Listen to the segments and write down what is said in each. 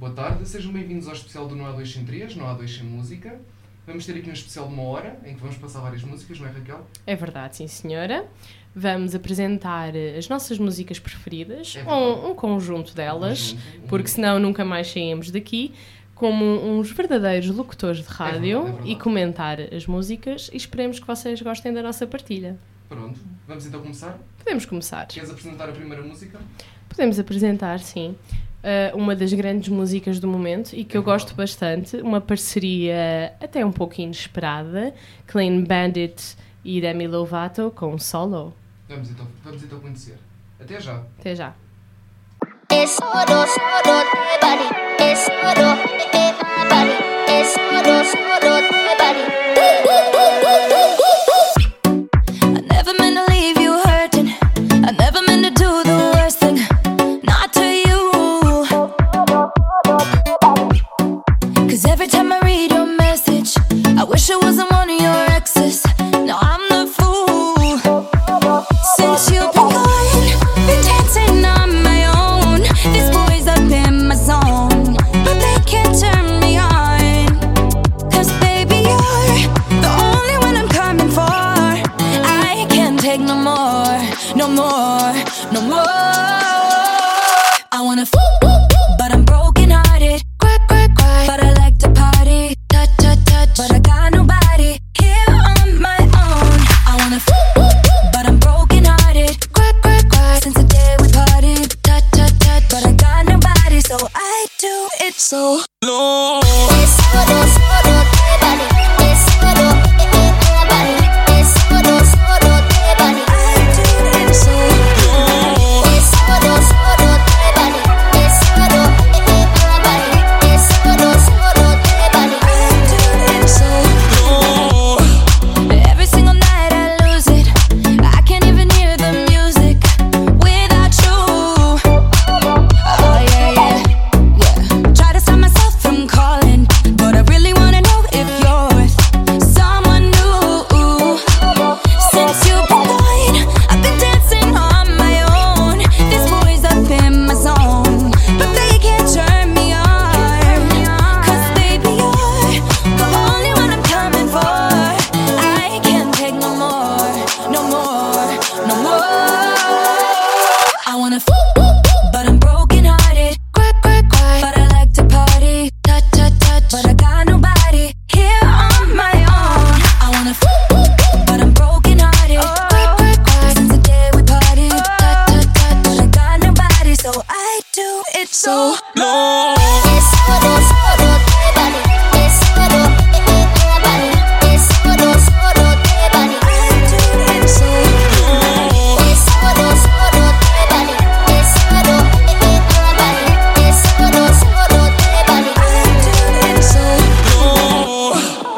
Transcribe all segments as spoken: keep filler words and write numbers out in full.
Boa tarde, sejam bem-vindos ao especial do Não Há Dois Sem Três, Não Há Dois Sem Música. Vamos ter aqui um especial de uma hora, em que vamos passar várias músicas, não é, Raquel? É verdade, sim senhora. Vamos apresentar as nossas músicas preferidas, É ou um conjunto delas, Um conjunto, um- porque senão nunca mais saímos daqui, como uns verdadeiros locutores de rádio, verdade, é verdade. e comentar as músicas, e esperemos que vocês gostem da nossa partilha. Pronto, vamos então começar? Podemos começar. Queres apresentar a primeira música? Podemos apresentar, sim, uh, uma das grandes músicas do momento e que É eu gosto verdade. bastante, uma parceria até um pouco inesperada, Clean Bandit e Demi Lovato com Solo. Vamos então, vamos então conhecer. Até já! Até já. Es solo, solo te body. Es solo, eh, my body. Es solo, solo te body. I never meant to leave you hurting. I never meant to do the worst thing. Not to you. 'Cause every time I read your message, I wish I wasn't one of your exes. Now I'm the fool. Since you've been gone, been dancing on my own. These boys up in my zone, but they can't turn me on. 'Cause baby, you're the only one I'm coming for. I can't take no more, no more, no more. I wanna f, but I'm broken hearted. Cry, cry, cry, but I like to party. Touch, touch, touch, but I got nobody here on my own. I wanna f, but I'm broken hearted. Cry, cry, cry, since the day we parted. Touch, touch, touch, but I got nobody, so I do it so low. Es solo, solo te body. Es solo, eh, eh, my body. Es solo, solo te body. I do it so low. Es solo, solo te body. Es solo, eh, eh, my body. Es solo, solo te body. I do it so low. Every single night I lose it. I can't even hear the music without you. Oh yeah, yeah, yeah. Try to stop myself from calling, but I really wanna know if you're with someone new. Since you've been gone, I've been dancing on my own. This boy's up in my zone, but they can't turn me on. 'Cause baby, you're the only one I'm coming for. I can't take no more, no more, no more. I wanna f, but I'm broken hearted. Cry, cry, cry, but I like to party. Touch, touch, touch, but I got nobody here on my own. I wanna f, but I'm broken hearted. Cry, cry, cry, since the day we parted. Touch, touch, touch, but I got nobody, so I do it so low. Es solo, solo te body. Es solo, eh, eh, my body. Es solo, solo te body. I do it so low. Es solo, solo te body. Es solo, eh, eh, my body. Es solo, solo te body. I do it so low.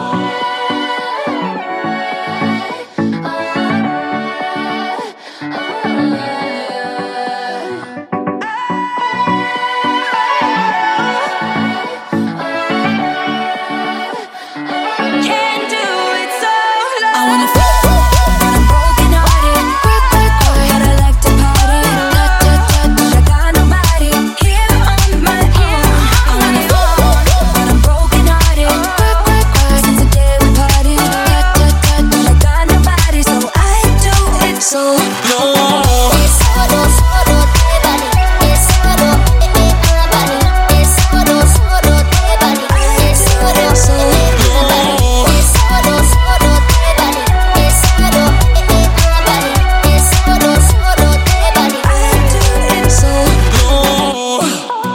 Can't do it so low. I wanna f, but I'm broken hearted. Cry, cry, cry, but I like to party. Touch, touch, touch, but I got nobody here on my own. I wanna f, but I'm broken hearted. Cry, cry, cry, since the day we parted. Touch, touch, touch, but I got nobody, so I do it so low. Es solo, solo te body. Es solo, eh, eh, my body. Es solo, solo te body. Es solo, eh, eh, my body. Es solo, solo te body. Es solo, eh, eh, my body. Es solo, solo te body. I do it so low.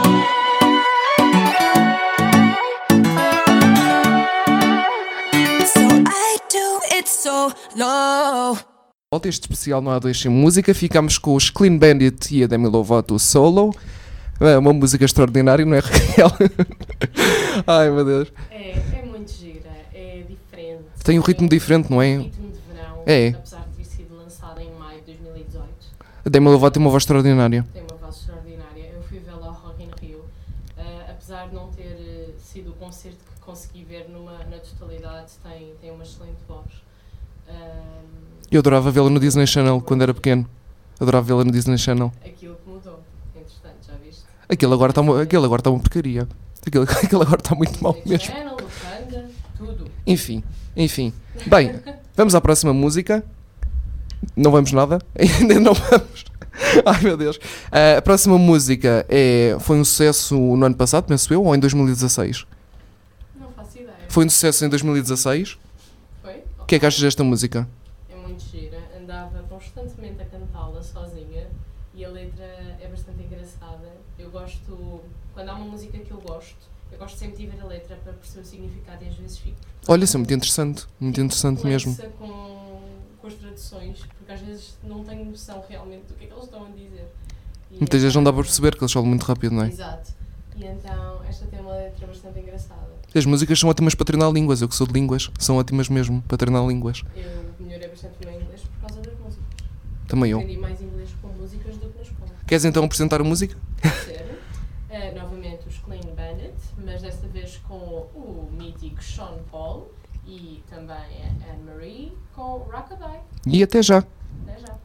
So I do it so low. Volta este especial Não Há Dois Sem Música. Ficamos com os Clean Bandit e a Demi Lovato Solo. É uma música extraordinária, não é, Raquel? Ai, meu Deus. É, é muito gira, é diferente. Tem um ritmo diferente, não é? Ritmo de verão, É. apesar de ter sido lançada em maio de dois mil e dezoito. A Demi Lovato tem uma voz extraordinária. Tem uma voz extraordinária. Eu fui vê-la ao Rock in Rio, eh, apesar de não ter eh, sido o concerto que consegui ver numa, na totalidade, tem, tem uma excelente voz. Ahm, Eu adorava vê-la no Disney Channel quando era pequeno. Adorava vê-la no Disney Channel. aquilo que mudou, entretanto, já viste? Aquilo agora está uma, aquilo agora está uma porcaria. Aquilo, aquilo agora está muito mal mesmo. Channel, Wakanda, tudo. Enfim, enfim. Bem, vamos à próxima música. Não vamos nada? Ainda não vamos. Ai meu Deus. Uh, a próxima música é, foi um sucesso no ano passado, penso eu, ou em dois mil e dezasseis? Não faço ideia. Foi um sucesso em dois mil e dezasseis. Foi? O que é que achas desta música? É muito gira. Andava constantemente a cantá-la sozinha e a letra é bastante engraçada. Eu gosto, quando há uma música que eu gosto, eu gosto sempre de ver a letra para perceber o significado e às vezes fico... Olha, isso é muito interessante. Muito interessante mesmo. Com, com as traduções, porque às vezes não tenho noção realmente do que é que eles estão a dizer. E Muitas então, vezes não dá para perceber, que eles falam muito rápido, não é? Exato. E então esta tem uma letra bastante engraçada. As músicas são ótimas para treinar línguas. Eu que sou de línguas, são ótimas mesmo para treinar línguas. Eu melhorei bastante o meu inglês por causa das músicas. Também eu. Aprendi mais inglês com músicas do que na escola. Queres então apresentar a música? Pode ser. Uh, novamente os Clean Bandit, mas desta vez com o mítico Sean Paul e também a Anne-Marie com Rockabye. E até já. Até já.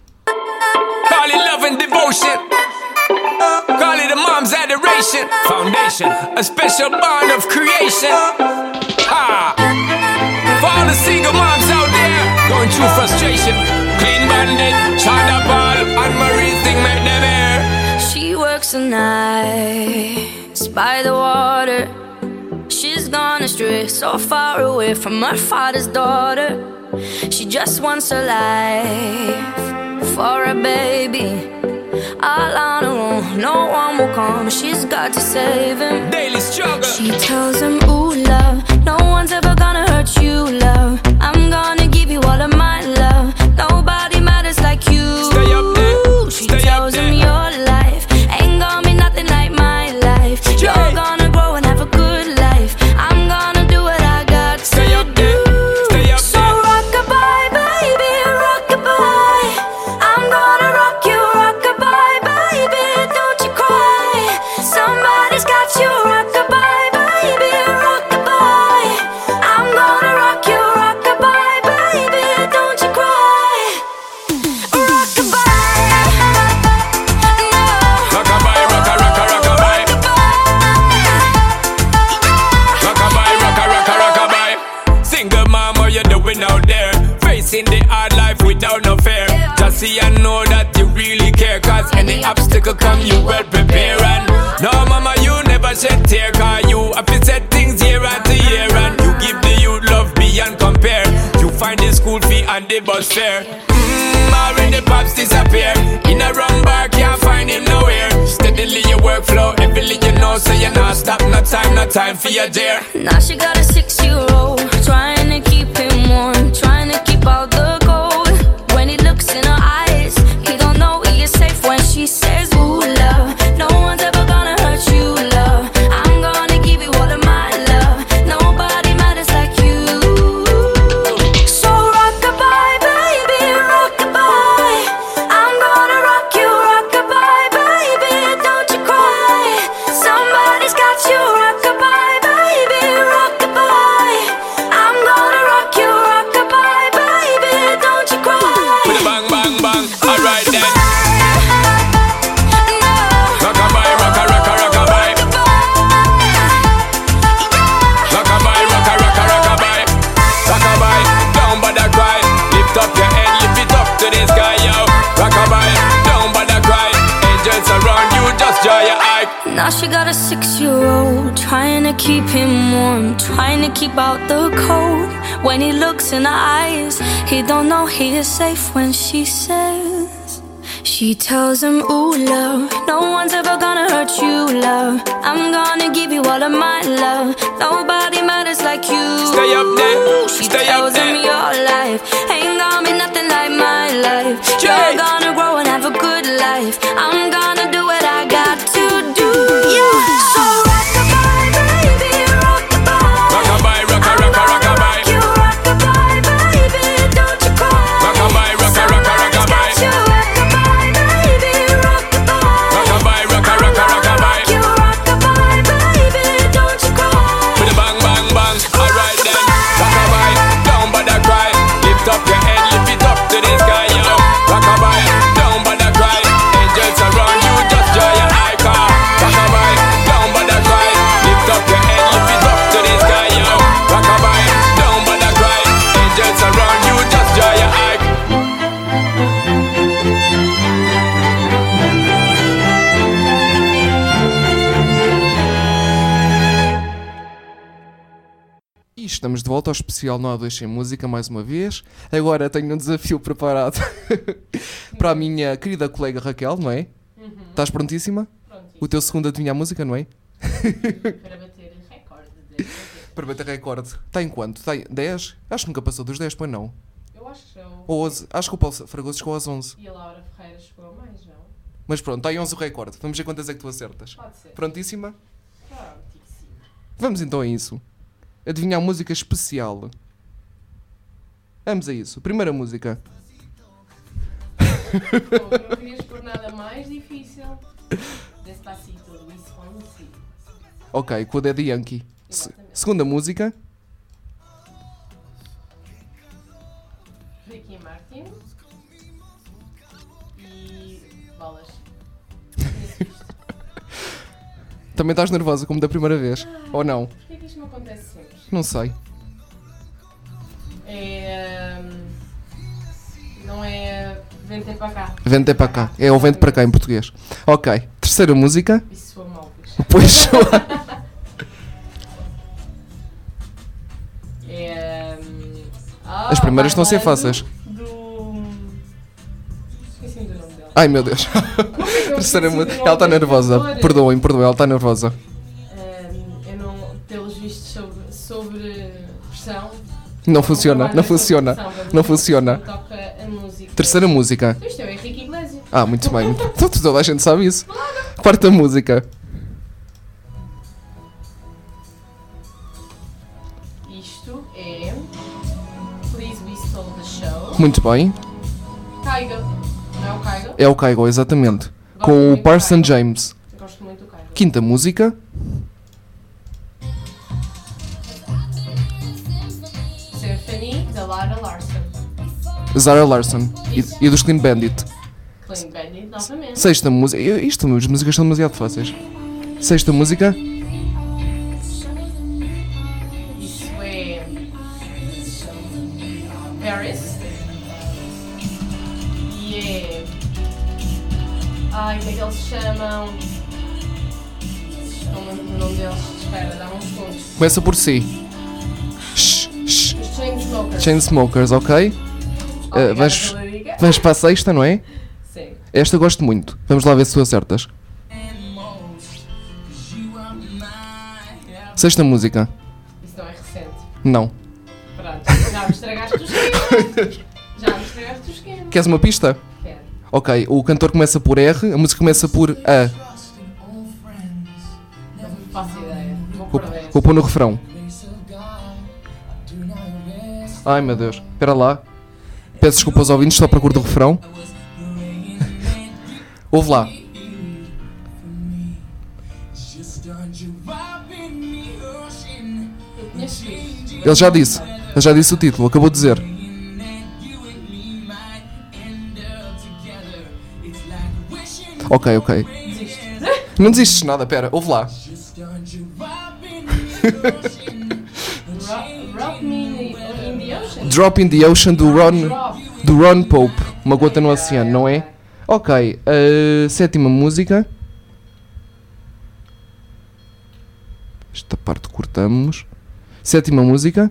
Call it love and devotion. Call it a mom's adoration. Foundation, a special bond of creation. Ha! For all the single moms out there going through frustration. Clean Bandit, China Paul, Anne-Marie thing make them air. She works the nights by the water. She's gone astray, so far away from her father's daughter. She just wants a life for a baby. All on her own, no one will come. She's got to save him. Daily struggle. She tells him, ooh, love, no one's ever gonna hurt you, love. I'm gonna give you all of my love. Nobody matters like you. Stay up there. She Stay tells up him there. your life ain't gonna be nothing like my life. Yeah. You're gonna grow and have a good life. I'm gonna do what I got Stay to up there. do. Stay up So there. rock-a-bye, baby, rock-a-bye. I'm gonna rock you, rock-a-bye, baby, don't you cry. Somebody's got you, rock-a-bye, baby, rock-a-bye. I'm gonna rock you, rock-a-bye, baby, don't you cry. Rock-a-bye, no. Rockabye, rocka, rocka, rockabye. Rockabye, rocka, rocka, rockabye. Single mom, what you doing out there? Facing the hard life without no fear. Just see and know that you really care. Cause any obstacle come, you well prepare. And no mama, you never shed tear. Cause you have to set things year after year. And you give the youth love beyond compare. You find the school fee and the bus fare. Mmm, already pops disappear. In a wrong bar, can't find him nowhere. Steadily your workflow, everything you know. So you not stop, no time, no time for your dear. Now she got a six-year-old, trying to keep him warm, trying to keep out the cold. When he looks in her eyes, he don't know he is safe when she says, ooh, love, no one's ever gonna hurt you, love. I'm gonna give you all of my love. Nobody matters like you. So rock-a-bye, baby, rock-a-bye. I'm gonna rock you, rock-a-bye, baby, don't you cry. Somebody's got you, rock-a-bye, baby, rock-a-bye. I'm gonna rock you, rock-a-bye, baby, don't you cry. With a bang, bang, bang. Alright then. No. Rockabye, rocka, rocka, rockabye. Rockabye, rocka, rocka, rockabye. Rockabye, don't bother cry. Lift up your head, lift it up to the sky, yo. Rockabye, don't bother cry. Angels around you, just draw your eye. Now she got a six-year-old, trying to keep him warm, trying to keep out the cold. When he looks in her eyes, he don't know he is safe when she says. She tells him, ooh, love, no one's ever gonna hurt you, love. I'm gonna give you all of my love. Nobody matters like you. Stay up there, She stay tells up him there. your life ain't gonna be nothing like my life. Jay. You're gonna grow and have a good life. I'm gonna do what I got to do. So rock-a-bye, baby, rock-a-bye. Rockabye, rocka, I'm rocka, gonna rockabye. rock you, rock-a-bye, baby, don't you cry. Rockabye, rocka, rocka, Somebody's rockabye. got you, rock-a-bye, baby, rock-a-bye. Rockabye, rocka, I'm rocka, gonna rockabye. rock you, rock-a-bye, baby, don't you cry. With a bang, bang, bang. Alright then. Rockabye, don't bother cry. Lift up your head, lift it up to the sky, yo. Rockabye, don't bother cry. Angels around you, estamos de volta ao especial Não Há Dois Sem Música mais uma vez. Agora tenho um desafio preparado para a minha querida colega Raquel, não é? Uhum. Estás prontíssima? Prontíssimo. O teu segundo adivinhar a música, não é? Para bater recorde de Para bater recorde. Está em quanto? Está em dez? Acho que nunca passou dos dez, pois não. Eu acho que eu... Ou onze. Acho que o Paulo Fragoso chegou às onze. E a Laura Ferreira chegou a mais, não? Mas pronto, está em onze o recorde. Vamos ver quantas é que tu acertas. Pode ser. Prontíssima? Prontíssimo. Vamos então a isso. Adivinhar música especial. Vamos a isso. Primeira música. Pô, não querias por nada mais difícil. Despacito, Luis Fonsi. Ok, com o Daddy Yankee. Se- Exatamente. segunda música. Ricky Martin. E... bolas. Também estás nervosa como da primeira vez. Ou não? Porquê que isto me acontece sempre? Não sei. É... hum, não é... vente para cá. Vente para cá. É o vento para cá em português. Ok. Terceira música. Isso foi mal, bicho. Pois. É... hum, ah, As primeiras estão a ser Bailando fáceis. Do... Esqueci do nome dela. Ai meu Deus. Como é que eu Terceira esqueci do música. nome Ela está da nervosa. cantora? Perdoem, perdoem. Ela está nervosa. Hum, eu não... pelos vistos sobre, sobre pressão... Não funciona. Não funciona. Não funciona. Toca a música. Terceira música. Isto é o Henrique Iglesias. Ah, muito bem. Então toda a gente sabe isso. Quarta música. Isto é... Please We Stole the Show. Muito bem. Caiga. Não é o Caiga? É o Kygo, exatamente. Gosto Com o muito do Parson Kygo. James. Gosto muito do Caiga. Quinta música. Symphony, da Lara Larson. Zara Larson. E, e dos Clean Bandit. Clean Bandit, novamente. Sexta música. eu- Isto, as músicas são demasiado fáceis. Sexta música. Isso é... Paris. E é... Ai, como é que eles se chamam? Não me lembro do nome deles. Espera, dá uns segundos. Começa por C. Shh, shh. Os Chainsmokers. Chainsmokers, ok? Obrigada vais- pela dica. Vamos para a sexta, não é? Sim. Esta gosto muito. Vamos lá ver se tu acertas. Sexta música. Isso não é recente. Não. Pronto, já me estragaste o esquema. Já me estragaste o esquema. Queres uma pista? Quero. Ok, o cantor começa por R, a música começa por A. Não faço ideia. Vou Vou, perder. vou pôr no refrão. Ai meu Deus, espera lá. Peço desculpa aos ouvintes, estou à procura do refrão. Ouve lá. Eu conheço isto. Ele já disse. Ele já disse o título, acabou de dizer. Ok, ok. Desisto. Não desistes nada, pera, ouve lá. Ro- Rock Me in the, in the Ocean. Drop in the Ocean do Ron, Drop. do Ron Pope. Uma gota no oceano, não é? Ok, uh, sétima música. Esta parte cortamos. Sétima música.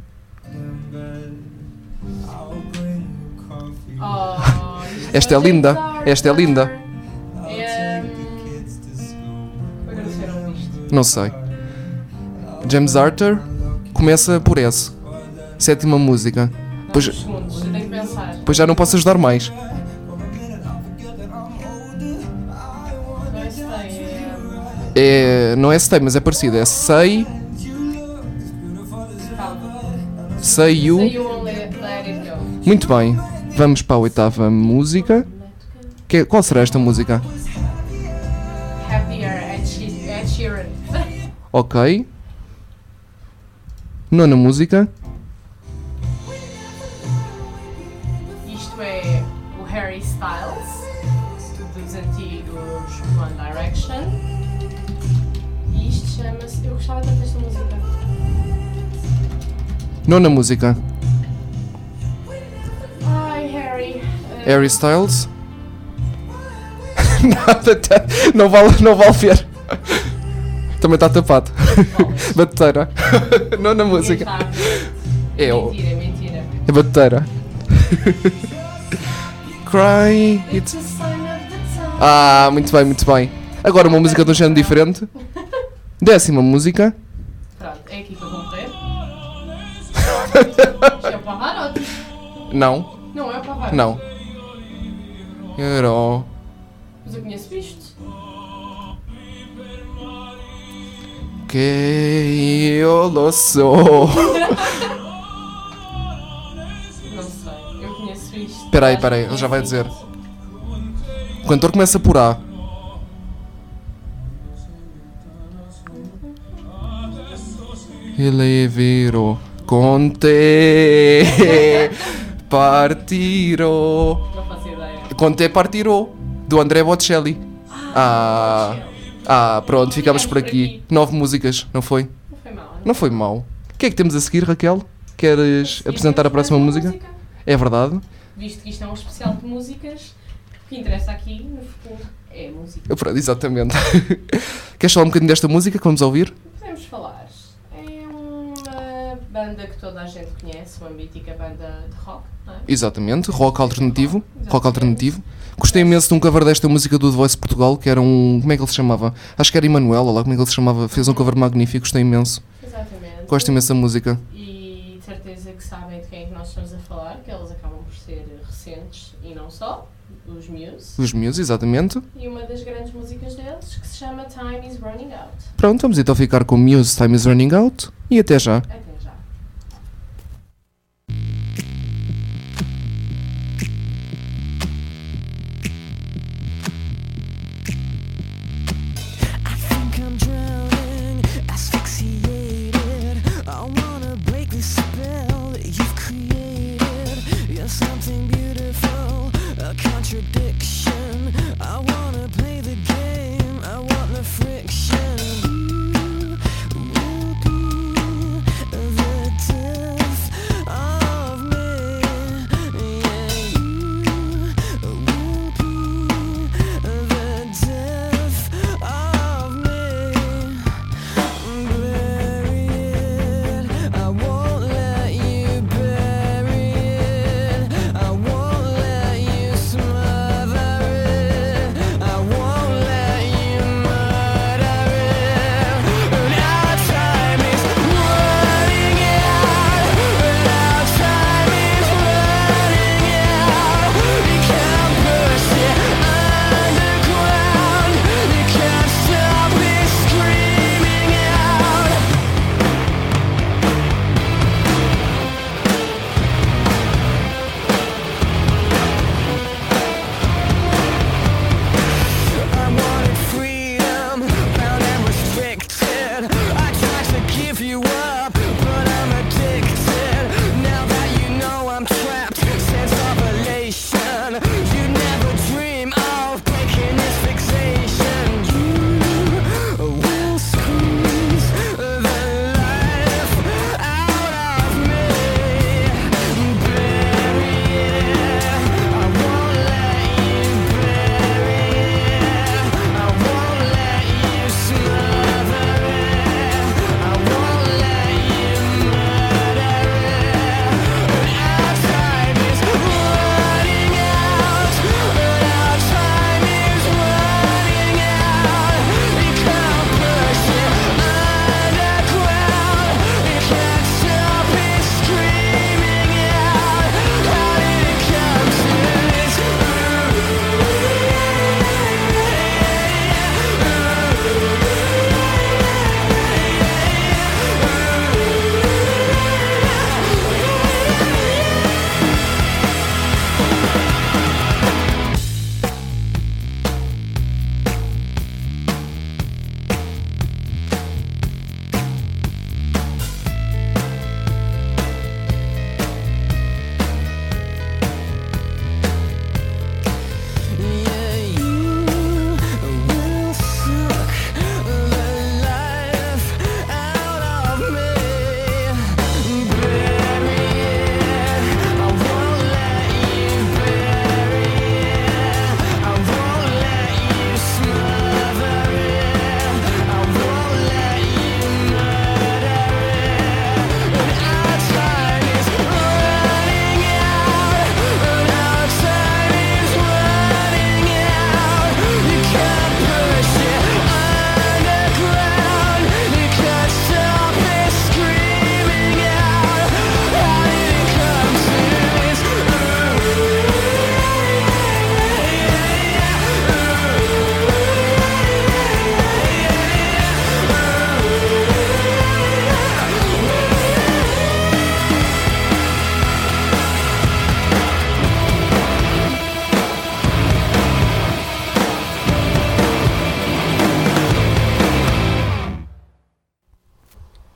Oh, isto Esta é James linda. Arthur. Esta é linda. É, como é que anunciaram isto? Não sei. James Arthur começa por S. Sétima música. Pois, Dá uns segundos, eu tenho que pensar. pois já não posso ajudar mais. Não é sei, é... É, não é Stay, mas é parecido. É Say, Calma. Say You. Say You Won't Let, let It Go. Muito bem. Vamos para a oitava música. Que, qual será esta música? Happier, Ed She- Ed Sheeran. Ok. Nona música. Isto é o Harry Styles, dos antigos One Direction. E isto chama-se... Eu gostava tanto desta música. Nona música. Ai, Harry. eh, Harry Styles. Nada, tá- não vale, não vale ver. Também está tapado. Batedeira. Não na música. É, o- Mentira, mentira. é batedeira. Cry. It's... It's a sign of the time. Ah, muito bem, muito bem. Agora uma música de um género diferente. Décima música. Pronto, é aqui que eu vou morrer. Isto é o Pavarotti. Não, Não é o Pavarotti. não. Euro. Mas eu conheço isto. Que eu lo sou. Não sei, eu conheço isto. Espera aí, Acho espera aí, que ele já vai conheço dizer. isto. O cantor começa por A. Ele virou con te partirò. Não faço ideia. Con te partirò do André Bocelli. Ah, ah, pronto, ficamos por aqui. Nove músicas, não foi? Não foi mal. Não foi mau. O que é que temos a seguir, Raquel? Queres apresentar a próxima música? É verdade. Visto que isto é um especial de músicas, o que interessa aqui, no futuro, é a música. Pronto, exatamente. Queres falar um bocadinho desta música que vamos ouvir? Podemos falar. É uma banda que toda a gente conhece, uma mítica banda de rock, não é? Exatamente, rock alternativo. Exatamente. Rock alternativo. Gostei imenso de um cover desta música do The Voice Portugal, que era um... Como é que ele se chamava? Acho que era Emanuel, ou lá como é que ele se chamava. Fez um cover magnífico, gostei imenso. Exatamente. Gosto imenso da música. E de certeza que sabem de quem é que nós estamos a falar, que elas acabam por ser recentes e não só, os Muse. Os Muse, exatamente. E uma das grandes músicas deles, que se chama Time is Running Out. Pronto, vamos então ficar com Muse, Time is Running Out. E até já. Até já. I think I'm drowning, asphyxiated. I wanna break the spell that you've created. You're something beautiful, a contradiction. I wanna play the game, I want the friction. You will be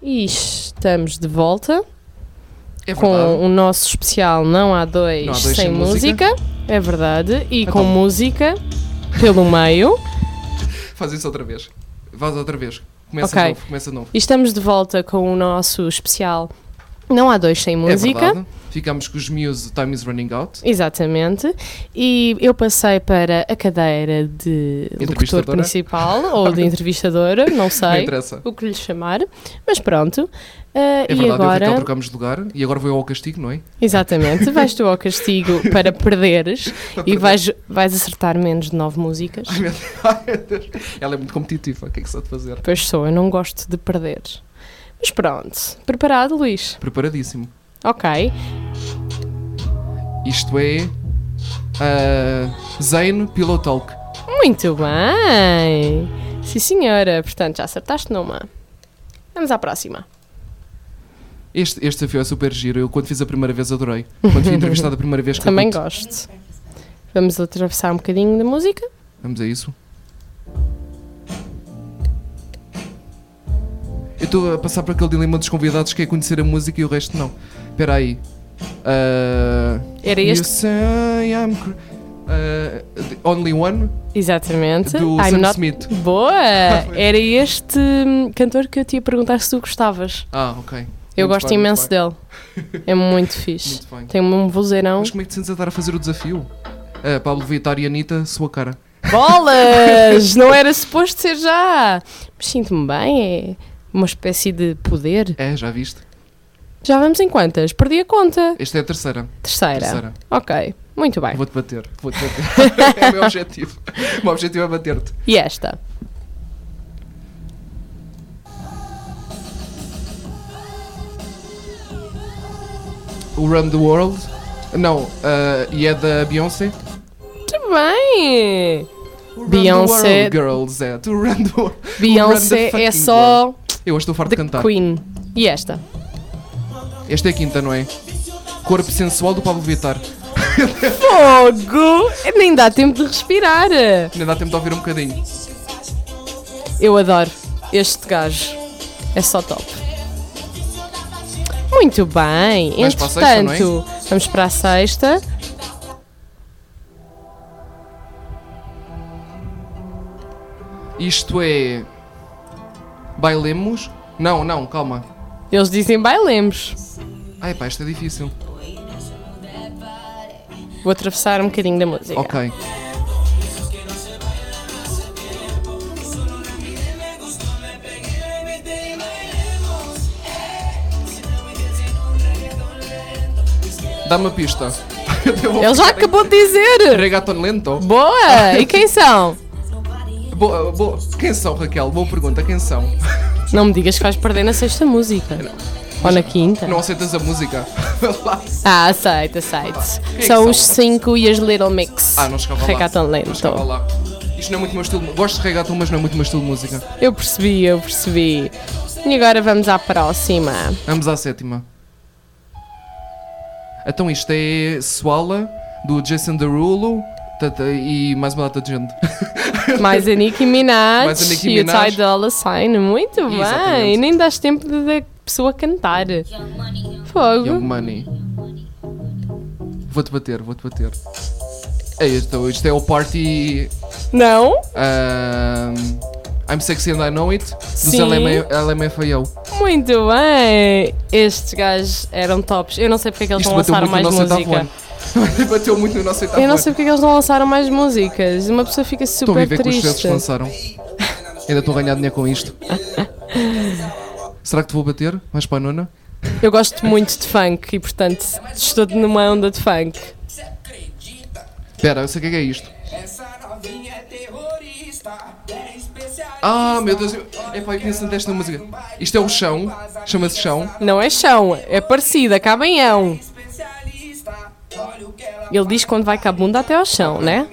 E estamos de volta É com verdade. o nosso especial Não Há Dois, Não há dois sem, sem música. música. É verdade. E Então. com música pelo meio. Faz isso outra vez. Faz outra vez. Começa Ok. de novo, começa de novo. E estamos de volta com o nosso especial Não Há Dois Sem É Música. verdade. Ficamos com os Muse, Time is Running Out. Exatamente. E eu passei para a cadeira de locutor Entrevistadora? principal ou de entrevistadora, não Não sei interessa. o que lhe chamar. Mas pronto. Uh, É e verdade, eu agora, e Raquel trocámos de lugar e agora vou eu ao castigo, não é? exatamente, vais tu ao castigo para perderes e vais, vais acertar menos de nove músicas. Ai meu Deus, ai, meu Deus. Ela é muito competitiva, o que é que se há de fazer? Pois sou, eu não gosto de perder. Mas pronto, preparado, Luís? Preparadíssimo. Ok. Isto é. Uh, Zane Pillow Talk. Muito bem. Sim, senhora. Portanto, já acertaste numa. Vamos à próxima. Este, este desafio é super giro. Eu, quando fiz a primeira vez, adorei. Quando fui entrevistado a primeira vez, que Também eu- gosto. Vamos atravessar um bocadinho da música. Vamos a isso. Eu estou a passar por aquele dilema dos convidados que é conhecer a música e o resto não. Espera aí. Uh, Era You este. say I'm cr- uh, the Only One Exatamente. do I'm Sam not- Smith. Boa! Era este hum, cantor que eu te ia perguntar se tu gostavas. Ah, ok. Eu Muito gosto bem, muito imenso bem. dele. É muito fixe. Muito bem. Tem um vozeirão. Mas como é que te sentes a estar a fazer o desafio? Uh, Pablo Vittar e Anitta, sua cara. Bolas! Não era suposto ser já! Mas sinto-me bem, é uma espécie de poder. É, já viste? Já vamos em quantas? Perdi a conta. Esta é a terceira. Terceira. Terceira. Ok, muito bem. Vou-te bater. Vou-te bater. É o meu objetivo. O meu objetivo é bater-te. E esta? O Run the World. Não, uh, e é da Beyoncé. Muito bem! O Run Beyoncé- the World, Girls, é. To Run the World. Beyoncé fucking é só Eu hoje estou farto de The cantar. Queen. E esta? Esta é a quinta, não é? Corpo sensual do Pablo Vittar. Fogo! Nem dá tempo de respirar. Ainda dá tempo de ouvir um bocadinho. Eu adoro este gajo. É só top. Muito bem. Vais para a sexta, não é? Entretanto, vamos para a sexta. Isto é. Bailemos? Não, não, calma. Eles dizem bailemos. Ai pá, isto é difícil. Vou atravessar um bocadinho da música. Ok. Dá-me a pista. Ele já acabou de dizer. Reggaeton lento? Boa! E quem são? Boa, boa. Quem são, Raquel? Boa pergunta, quem são? Não me digas que vais perder na sexta música. Ou na quinta. Não aceitas a música? Ah, aceito, aceito. que São são? os cinco e as Little Mix. Ah, não chegava lá. Reggaeton Não chegava lento. lá. Isto não é muito o meu estilo. Gosto de reggaeton, mas não é muito o meu estilo de música. Eu percebi, eu percebi. E agora vamos à próxima. Vamos à sétima. Então isto é Swalla, do Jason Derulo tata- e mais uma data de gente. Mais a Nicki Minaj, Mais a Nicki e o Minaj. Ty Dolla Sign. Muito bem. Exatamente. Nem dás tempo de da pessoa cantar. Fogo. Young Money. Vou-te bater, vou-te bater. É isto, isto é o Party... Não? ahm, I'm Sexy and I Know It, dos Sim. L M F A O. Muito bem. Estes gajos eram tops. Eu não sei porque é que eles Isto não bateu lançaram muito no mais nosso oitavo música. ano. Bateu muito no nosso oitavo Eu não ano. sei porque é que eles não lançaram mais músicas. Uma pessoa fica Estou a super viver com os sucessos que triste. lançaram. Ainda estou a ganhar dinheiro com isto. Será que te vou bater? Vais para a nona? Eu gosto muito de funk e, portanto, estou numa onda de funk. Espera, eu sei o que é, que é isto. Ah, meu Deus. Eu... Epá, eu conheço tanto esta música. Isto é o Chão. Chama-se Chão. Não é chão, é parecida, acaba em ão. Ele diz quando vai com a bunda até ao chão, né?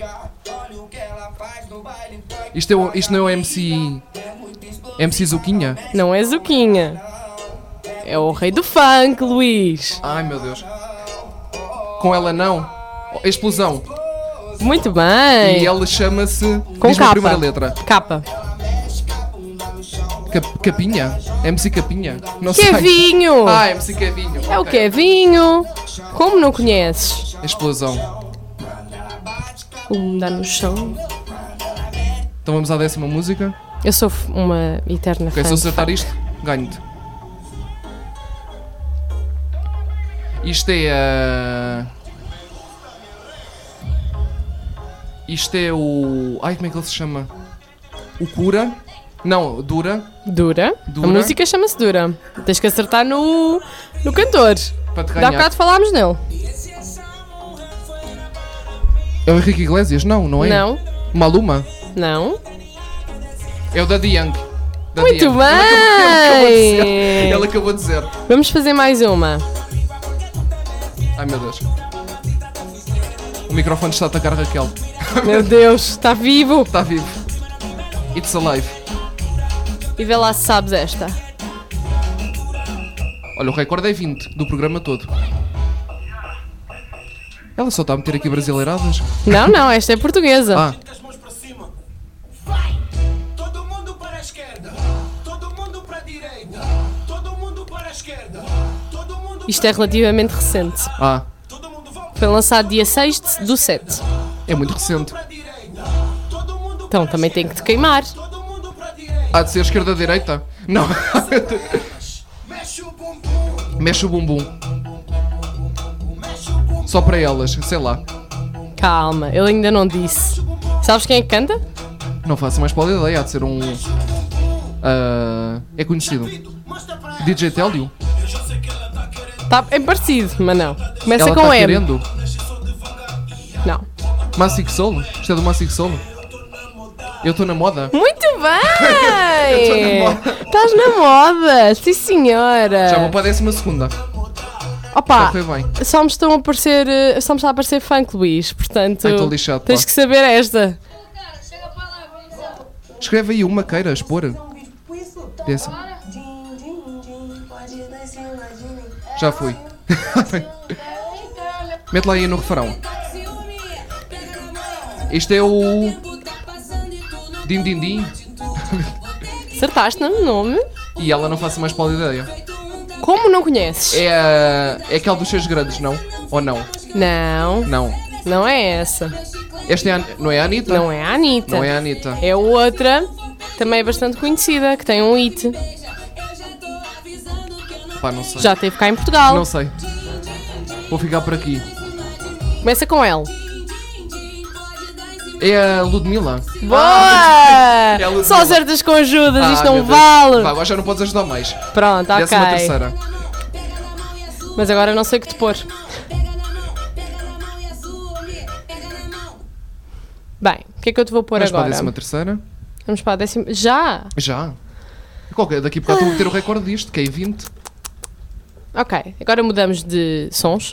Isto, é o... Isto não é o M C... M C Zuquinha? Não é Zuquinha. É o rei do funk, Luís. Ai, meu Deus. Com ela não. Explosão. Muito E bem. ela chama-se... Com Diz-me a capa. primeira letra. Capa. Cap- Capinha? M C Capinha? Não sei. Kevinho! Ah, M C Kevinho. É o ok. Kevinho! Como não conheces? Explosão. Um dá no chão. Então vamos à décima música. Eu sou f- uma eterna Ok, fã. se eu de acertar funk. isto, ganho-te. Isto é a. Isto é o. Ai, como é que ele se chama? O Cura? Não, Dura. Dura. Dura. A música chama-se Dura. Tens que acertar no, no cantor. Para te Dá ganhar. bocado falámos nele. É o Henrique Iglesias? Não, não é? Não, Maluma? não. É o Daddy Young. Daddy Muito Young. bem! Ele acabou de dizer. Ele acabou de dizer. Vamos fazer mais uma. Ai meu Deus. O microfone está a atacar a Raquel. Meu Deus, está vivo. Está vivo. It's alive. E vê lá se sabes esta. Olha, o recorde é vinte do programa todo. Ela só está a meter aqui brasileiradas. Não, não, esta é portuguesa. Ah, as mãos para cima. Vai! Todo mundo para a esquerda. Todo mundo para a direita. Todo mundo para a esquerda. Todo mundo Isto é relativamente recente. ah, Todo mundo volta Foi lançado dia seis de- do sete. é muito recente. para a direita. Todo mundo Então também tem que te queimar. Todo mundo para a direita. Há de ser esquerda-direita? Não. Mexe o bumbum. Mexe o bumbum. Mexe o bumbum. Só para elas, sei lá. Calma, ele ainda não disse. Sabes quem é que canta? Não faço mais pálida ideia. Há de ser um. ah, é conhecido. Mostra para D J Télio. Tá, é parecido, mas não. Começa Ela com está M. querendo. Não. Massive Soul. Isto é do Massive Soul. Eu estou na moda. Muito Eu tô bem! na moda. Estás na moda, sim senhora. Já vou para a décima segunda. Opa, Já foi bem. só me estão a aparecer, eh, só me está a aparecer funk, Luís, portanto Ai, estou lixado, tens pá. que saber esta. Escreve aí uma queira, expor. Desce. Já fui. Mete lá aí no refrão. Este é o. Din Din Din. Acertaste no nome? E ela não faça mais pálida ideia. Como não conheces? É a. É aquela dos seus grandes, não? Ou não? Não, Não. não é essa. Esta é a, não é a Anitta? Não é a Anitta. Não é a Anitta. É outra, também é bastante conhecida, que tem um hit. Pá, não sei. Já esteve cá em Portugal. Não sei. Vou ficar por aqui. Começa com L. É a Ludmilla. Boa! é a Ludmilla. Só acertas com ajudas, Ah, isto meu não Deus. vale. Vá, agora já não podes ajudar mais. Pronto, ok. Décima terceira. Mas agora não sei o que te pôr. Bem, o que é que eu te vou pôr Vamos para a agora? décima terceira. Vamos para a décima. Já! Já. Qualquer, daqui a pouco estou a ter o recorde disto, que é vinte. Ok, agora mudamos de sons.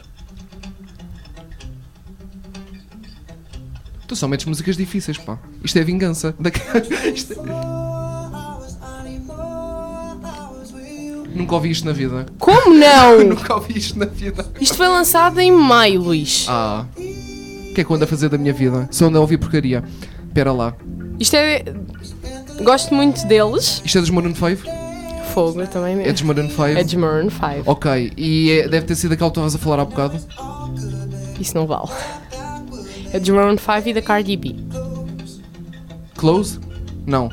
Tu só metes músicas difíceis, pá. Isto é vingança. Daqui- Isto é- Nunca ouvi isto na vida. Como não? Nunca ouvi isto na vida. Isto foi lançado em maio, Luís. Ah. O que é que eu ando a fazer da minha vida? Só ando a ouvir porcaria. Espera lá. Isto é. Gosto muito deles. Isto é dos Maroon cinco? Fogo, eu também É mesmo. dos Maroon cinco? É de Maroon cinco. Ok. E é- deve ter sido aquela que tu estavas a falar há bocado? Isso não vale. É de Maroon cinco e da Cardi B. Close? Não.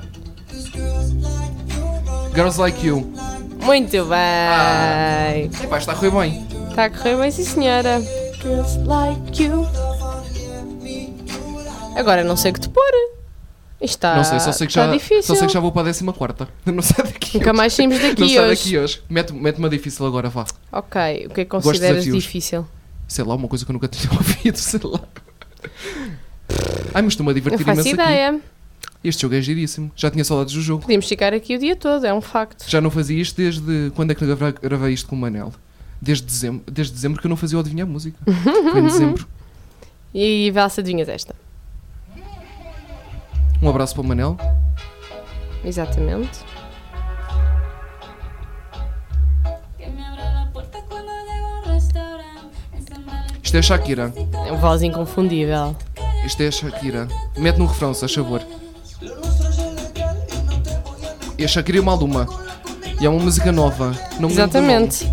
Girls Like You. Muito bem. Ah. Epá, está a correr bem. Está a correr bem, sim, senhora. Girls like you. Agora não sei o que te pôr. Isto está, Não sei, só sei que está já, difícil. só sei que já vou para a décima quarta. Não sai daqui. Nunca hoje. mais saímos daqui Não sai hoje. daqui hoje. Mete- Mete-me difícil agora, vá. Ok, o que é que Gosto de consideras desafios. difícil? Sei lá, uma coisa que eu nunca tinha ouvido, sei lá. Ai, mas estou-me a Não divertir faço imenso aqui. ideia. Este jogo é giríssimo. Já tinha saudades do jogo. Podíamos ficar aqui o dia todo, é um facto. Já não fazia isto desde... Quando é que eu gra- gravei isto com o Manel? Desde dezembro, desde dezembro que eu não fazia o Adivinhar Música. Foi em dezembro. E vê lá se adivinhas esta. Um abraço para o Manel. Exatamente. Isto é a Shakira. É uma voz inconfundível. Isto é a Shakira. Mete no refrão, se faz favor. E a Shakira e o Maluma. E é uma música nova. Não me lembro do Exatamente.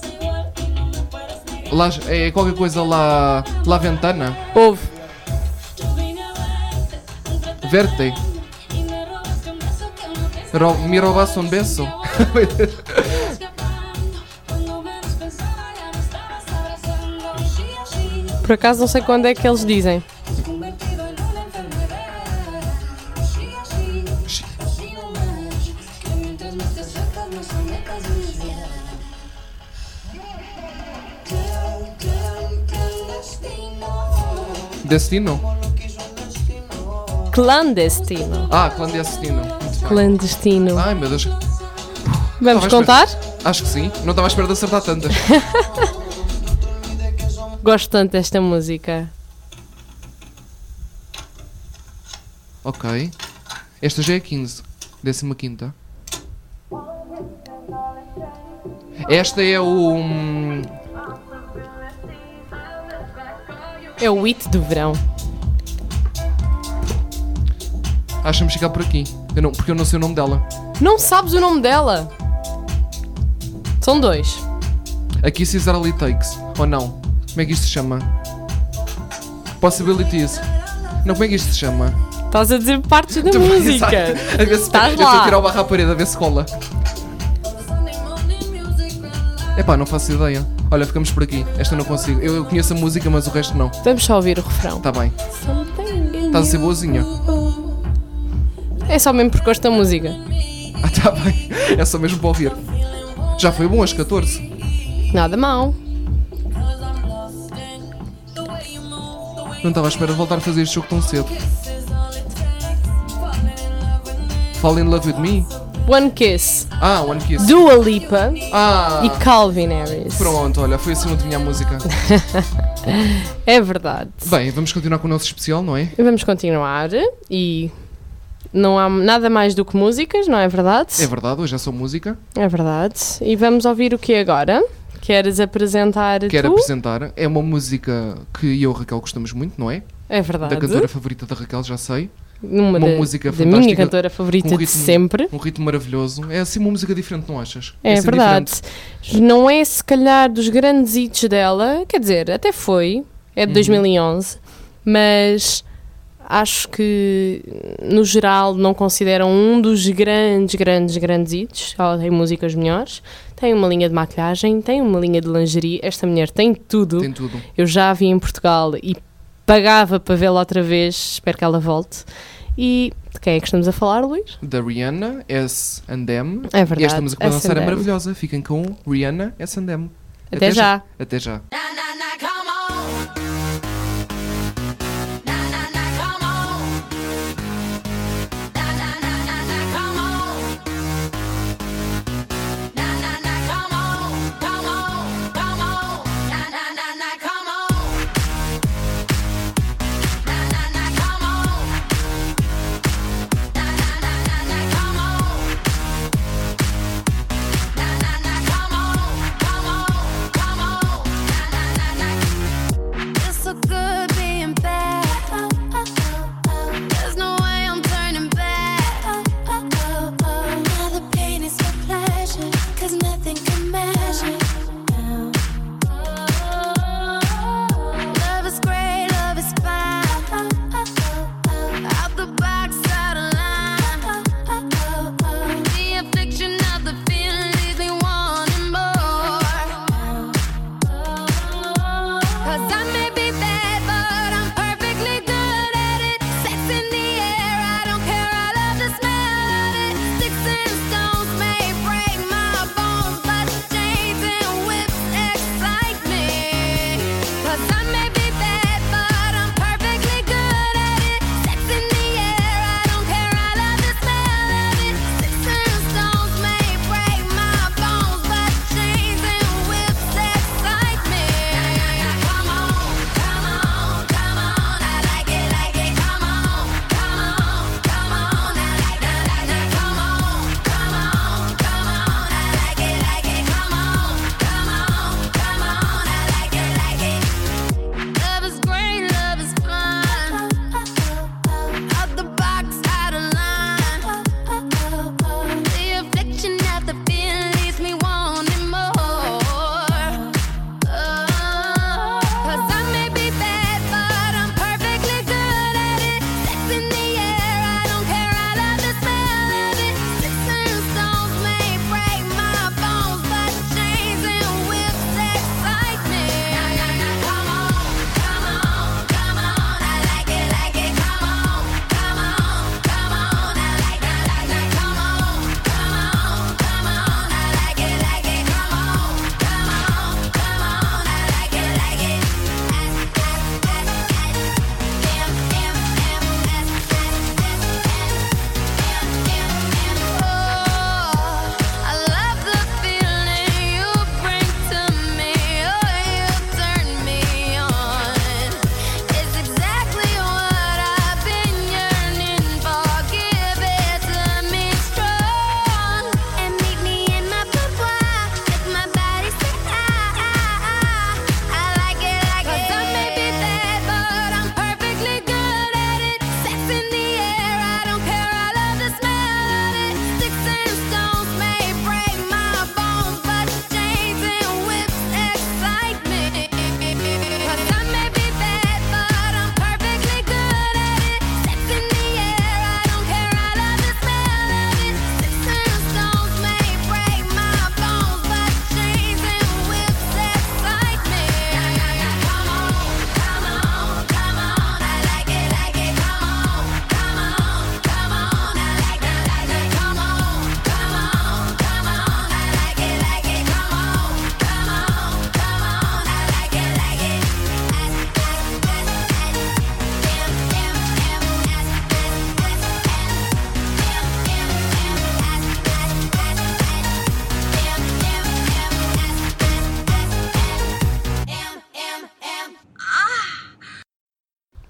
nome. Lá, é qualquer coisa lá. La Ventana. Houve. Verte. Ro, mi robaste un beso. Por acaso não sei quando é que eles dizem. Destino? Clandestino. Ah, clandestino. Muito bem. Clandestino. Ai meu Deus. Vamos estava à contar? Acho que sim. Não estava à espera de acertar tantas. Gosto tanto desta música. Ok. Esta já é quinze. Décima quinta. Esta é o... hum, É o hit do verão. Acho-me chegar por aqui. Eu não, porque eu não sei o nome dela. Não sabes o nome dela? São dois. Aqui se It Only Takes. Ou não? Como é que isto se chama? Possibilities. Não, como é que isto se chama? Estás a dizer partes da Exato. música. A ver se Estás eu estou lá. a tirar o barro à parede a ver se cola. Epá, não faço ideia. Olha, ficamos por aqui. Esta eu não consigo. Eu, eu conheço a música, mas o resto não. Vamos só ouvir o refrão. Tá bem. Estás a ser boazinha. É só mesmo porque gosto da música. Ah, tá bem. É só mesmo para ouvir. Já foi bom às catorze. Nada mal. Não estava à espera de voltar a fazer este jogo tão cedo. Fall in Love With Me? One Kiss. Ah, One Kiss. Dua Lipa Ah, e Calvin Harris. pronto, olha, foi assim onde vinha a música. É verdade. Bem, vamos continuar com o nosso especial, não é? Vamos continuar e não há nada mais do que músicas, não é verdade? É verdade, hoje é só música. É verdade. E vamos ouvir o que agora? Queres apresentar Quero tu? apresentar. É uma música que eu e a Raquel gostamos muito, não é? É verdade. Da cantora favorita da Raquel, já sei. Uma, uma da, música da fantástica, minha cantora favorita um de ritmo- sempre. Um ritmo maravilhoso. É assim uma música diferente, não achas? É assim verdade. diferente. Não é se calhar dos grandes hits dela, quer dizer, até foi, é de Uhum. dois mil e onze, mas acho que no geral não consideram um dos grandes, grandes, grandes hits. Ela tem músicas melhores, tem uma linha de maquilhagem, tem uma linha de lingerie. Esta mulher tem tudo. Tem tudo. Eu já a vi em Portugal e pagava para vê-la outra vez, espero que ela volte. E de quem é que estamos a falar, Luís? Da Rihanna, S and M. É verdade. E esta música para S dançar é and M. maravilhosa. Fiquem com Rihanna, S and M. Até já. Até já. Come on,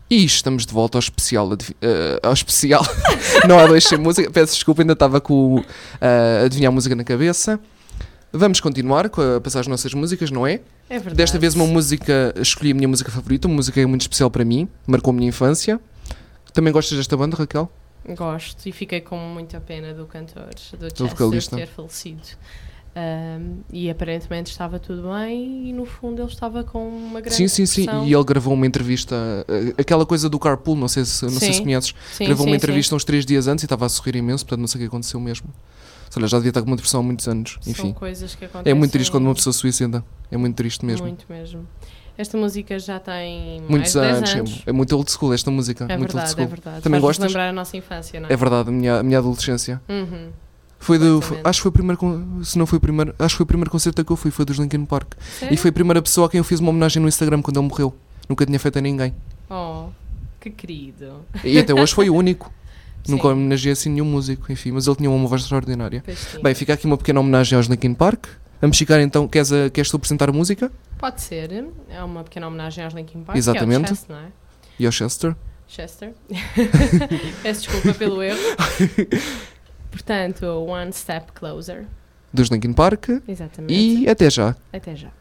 E estamos de volta ao especial, adiv- uh, ao especial. Não há dois sem música, peço desculpa, ainda estava com o uh, adivinhar a música na cabeça. Vamos continuar com a passar as nossas músicas, não é? É verdade. Desta vez uma música, escolhi a minha música favorita, uma música muito especial para mim, marcou a minha infância. Também gostas desta banda, Raquel? Gosto e fiquei com muita pena do cantor, do Do vocalista. Chester ter falecido. Um, e aparentemente estava tudo bem e no fundo ele estava com uma grande Sim, sim, sim. depressão. E ele gravou uma entrevista, uh, aquela coisa do carpool, não sei se, não sei Sim. se conheces. Sim, Gravou sim, uma sim. entrevista uns três dias antes e estava a sorrir imenso, portanto não sei o que aconteceu mesmo. Olha, já devia estar com uma depressão há muitos anos. São Enfim, coisas que acontecem é muito triste quando uma pessoa suicida. É muito triste mesmo. Muito mesmo. Esta música já tem Muitos mais de anos. dez anos. É, é muito old school esta música. É muito old verdade, school. é verdade. Também Faz-nos gostas? lembrar a nossa infância, não é? É verdade, a minha, a minha adolescência. Uhum. Foi do, Exatamente. acho que foi o primeiro, con- se não foi o primeiro, acho que foi o primeiro concerto a que eu fui, foi dos Linkin Park. Sério? E foi a primeira pessoa a quem eu fiz uma homenagem no Instagram quando ele morreu. Nunca tinha feito a ninguém. Oh, que querido. E até hoje foi o único. Sim. Nunca homenageei assim nenhum músico, enfim, mas ele tinha uma voz extraordinária. Pois sim. Bem, fica aqui uma pequena homenagem aos Linkin Park. Vamos ficar então, queres, a, queres tu apresentar a música? Pode ser. É uma pequena homenagem aos Linkin Park. Exatamente. Que é o Chester, não é? E ao Chester? Chester. Peço desculpa pelo erro. Portanto, One Step Closer. Dos Linkin Park. Exatamente. E até já. Até já.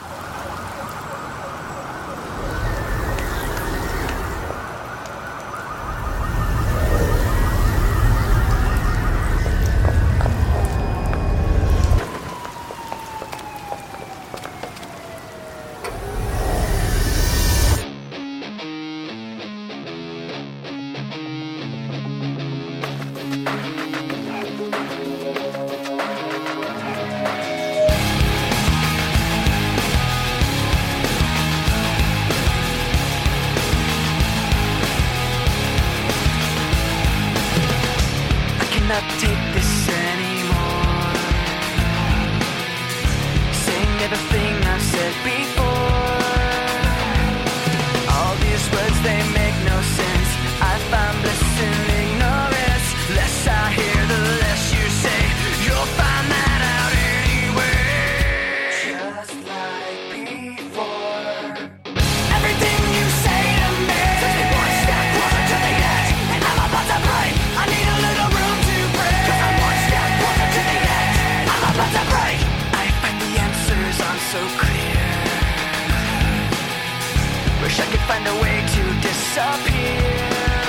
I cannot take this anymore. Saying everything I've said before. All these words, they make no sense. I find bliss in ignorance. Less I hear, the less you say. You'll find that out anyway. Just like before. Everything you say to me takes me one step closer to the edge, and I'm about to break. I need a little room to break, 'cause I'm one step closer to the edge. I'm about to break. I find the answers aren't so clear. Wish I could find a way to disappear.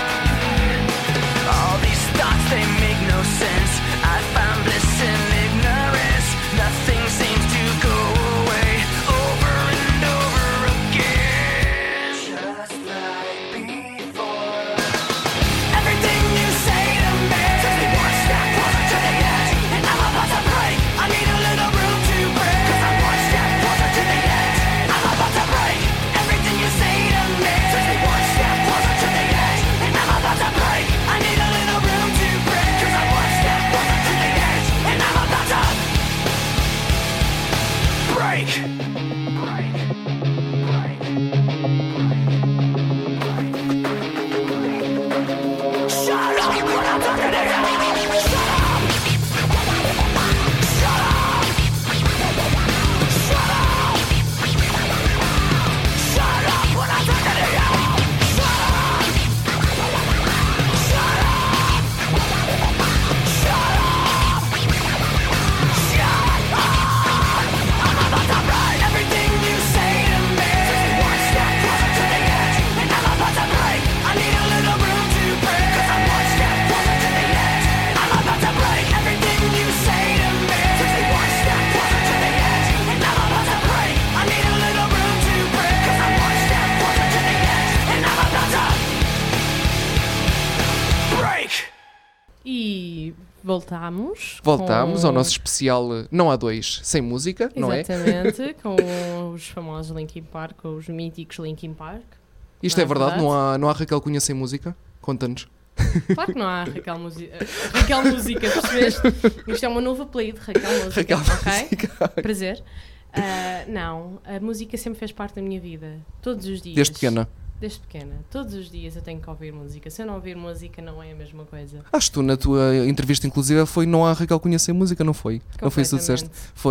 All these thoughts, they make no sense. I found bliss in ignorance. Nothing seems to go away. Over and over again. Just like before. Everything you say to me takes me one step closer to the edge, and I'm about to break. I need a little room to break, 'cause I'm one step closer to the edge. I'm about to break. Everything you say to me takes me one step closer to the edge, and I'm about to break. I need a little room to break, 'cause I'm one step closer to the edge, and I'm about to break. Break. Break. Shut up when I'm talking to you. Shut up. Shut up. Shut up. Shut up when I'm talking to you. Shut up. Shut up. Shut up. Shut up. I'm about to break. Everything you say to me takes me one step closer to the edge, and I'm about to break. I need a little room to break, 'cause I'm one step closer to the edge. I'm about to break. Everything you say to me takes me one step closer to the edge, and I'm about to break. I need a little room to break, 'cause I'm one step closer to the edge, and I'm about to break. E voltamos. Voltámos com... ao nosso especial uh, Não Há Dois Sem Música, não é? Exatamente, com os famosos Linkin Park, com os míticos Linkin Park. Isto Não é é verdade? verdade? Não há, não há Raquel Cunha sem música? Conta-nos. Claro que não há Raquel Música. Raquel Música, percebeste? Isto é uma nova play de Raquel Música. Raquel ok? Música. Prazer. Ah, não, a música sempre fez parte da minha vida. Todos os dias. Desde pequena. Desde pequena. Todos os dias eu tenho que ouvir música. Se eu não ouvir música, não é a mesma coisa. Acho que tu na tua entrevista inclusive foi Não há Raquel Cunha sem música, não foi? Não foi isso que tu disseste? Completamente. Foi.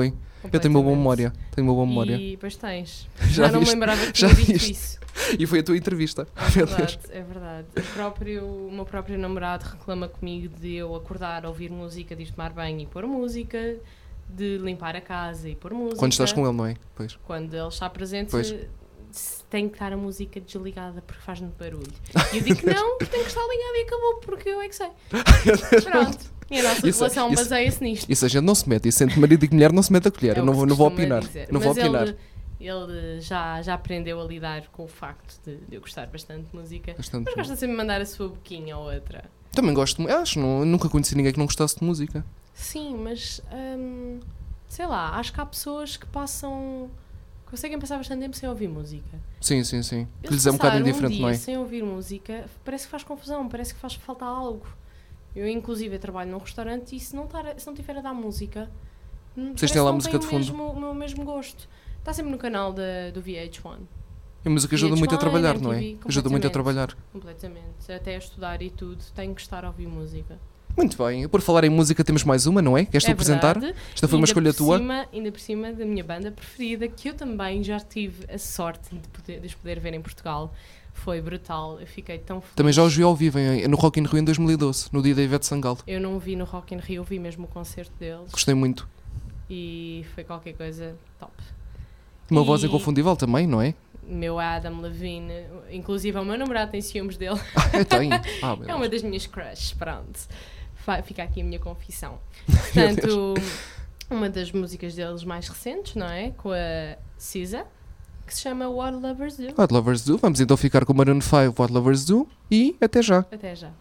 Eu tenho uma boa completamente. memória. Tenho uma boa memória. E depois tens. Já Já, não me viste? lembrava que Já tinha dito viste? isso. E foi a tua entrevista. É Meu Deus. verdade, é verdade. O, próprio, o meu próprio namorado reclama comigo de eu acordar, ouvir música, de ir tomar banho e pôr música, de limpar a casa e pôr música. Quando estás com ele, não é? Pois. Quando ele está presente, Pois. se- tem que estar a música desligada porque faz muito barulho. E eu digo que não, tem que estar ligada e acabou, porque eu é que sei. Pronto. E a nossa Isso- relação isso- baseia-se nisto. Isso a gente não se mete. Isso entre marido e mulher não se mete a colher. É Eu o não que vou, se não vou costuma opinar. dizer. Não vou Mas opinar. Ele, ele já, já aprendeu a lidar com o facto de, de eu gostar bastante de música. Bastante. Mas gosta sempre de mandar a sua boquinha ou outra. Também gosto. mu- Acho, não, nunca conheci ninguém que não gostasse de música. Sim, mas hum, sei lá, acho que há pessoas que passam. Conseguem passar bastante tempo sem ouvir música. Sim, sim, sim. Que Eles lhes é um bocado passar indiferente, um não dia é? sem ouvir música, parece que faz confusão, parece que faz falta algo. Eu, inclusive, trabalho num restaurante e se não, tar, se não tiver a dar música, hum, Vocês parece têm lá que não música tem de o fundo? mesmo, o meu mesmo gosto. Está sempre no canal da, do V H um. A música ajuda V H muito a um, trabalhar, não é? M T V, Ajuda muito a completamente. trabalhar. Completamente. Até a estudar e tudo, tenho que estar a ouvir música. Muito bem. Por falar em música, temos mais uma, não é? Queres-te É apresentar? verdade. Esta foi uma Ainda escolha por tua. Cima, ainda por cima da minha banda preferida, que eu também já tive a sorte de, poder, de os poder ver em Portugal. Foi brutal, eu fiquei tão feliz. Também já os vi ao vivo em- no Rock in Rio em dois mil e doze, no dia da Ivete Sangalo. Eu não vi no Rock in Rio, eu vi mesmo o concerto deles Gostei muito. e foi qualquer coisa top. Uma E- voz inconfundível também, não é? Meu Adam Levine, inclusive o meu namorado tem ciúmes dele, Eu tenho. Ah, meu é uma Deus. das minhas crushes, pronto. Fa- Fica aqui a minha confissão. Portanto, uma das músicas deles mais recentes, não é? Com a S Z A, que se chama What Lovers Do. What Lovers Do. Vamos então ficar com o Maroon cinco, What Lovers Do. E até já. Até já.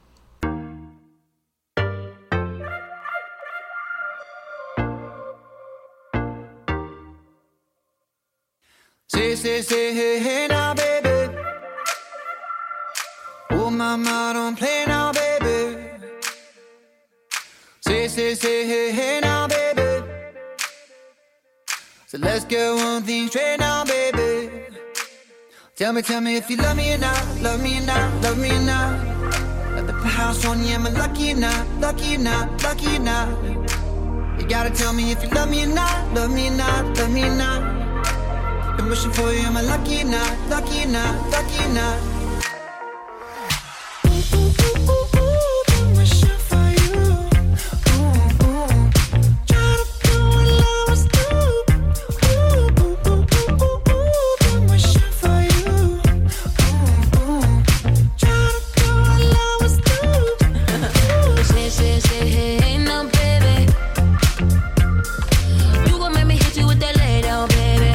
Say, say, say, hey, hey now, baby. Oh, mama, don't play now, baby. Say, say, say, hey, hey now, baby. So let's get one thing straight now, baby. Tell me, tell me if you love me or not, love me or not, love me or not. At the house on you, am I lucky or not, lucky or not, lucky or not? You gotta tell me if you love me or not, love me or not, love me or not. Been wishing for you, am I lucky or not, lucky or not, lucky or not? Ooh, ooh, ooh, ooh, ooh, been wishing for you. Ooh, ooh. Try to do what lovers do. Ooh, ooh, ooh, ooh, ooh, ooh, been wishing for you. Ooh, ooh. Try to do what lovers do. Say, say, say, hey, hey, now, baby. You gon' make me hit you with that lay down, baby.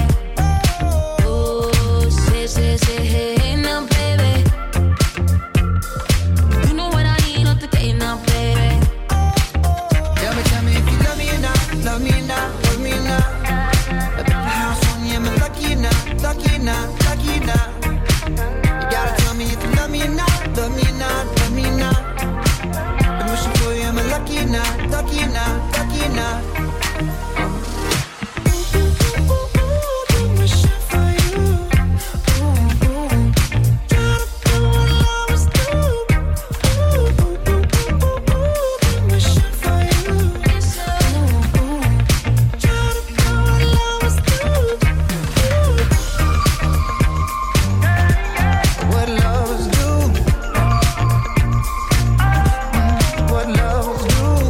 Oh, say, say, say, hey, hey, now, baby. You know what I need, not the day now, baby. Tell me, tell me if you love me or not, love me or not, love me or not. At the house on you, am I lucky or not, lucky or not, lucky or not? You gotta tell me if you love me or not, love me or not, love me or not. Been wishing for you, am I lucky or not, lucky or not, lucky or not? Ooh, ooh, ooh, ooh, ooh, been wishing for you. Ooh, ooh. Try to do what lovers do. Ooh, ooh, ooh, ooh, ooh, ooh, been wishing for you. Ooh, ooh. Try to do what lovers do. What lovers do. What lovers do.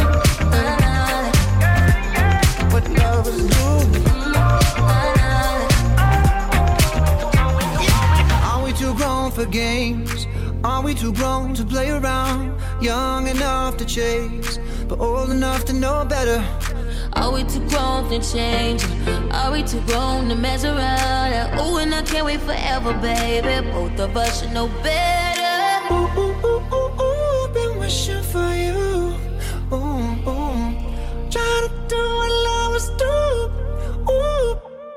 What lovers do. Are we too grown for games? Are we too grown to play around? Young enough to chase, but old enough to know better. Are we too grown to change? Are we too grown to mess around? Ooh, and I can't wait forever, baby. Both of us should know better. Ooh, ooh, ooh, ooh, ooh, been wishing for you. Ooh, ooh. Try to do what lovers do. Ooh.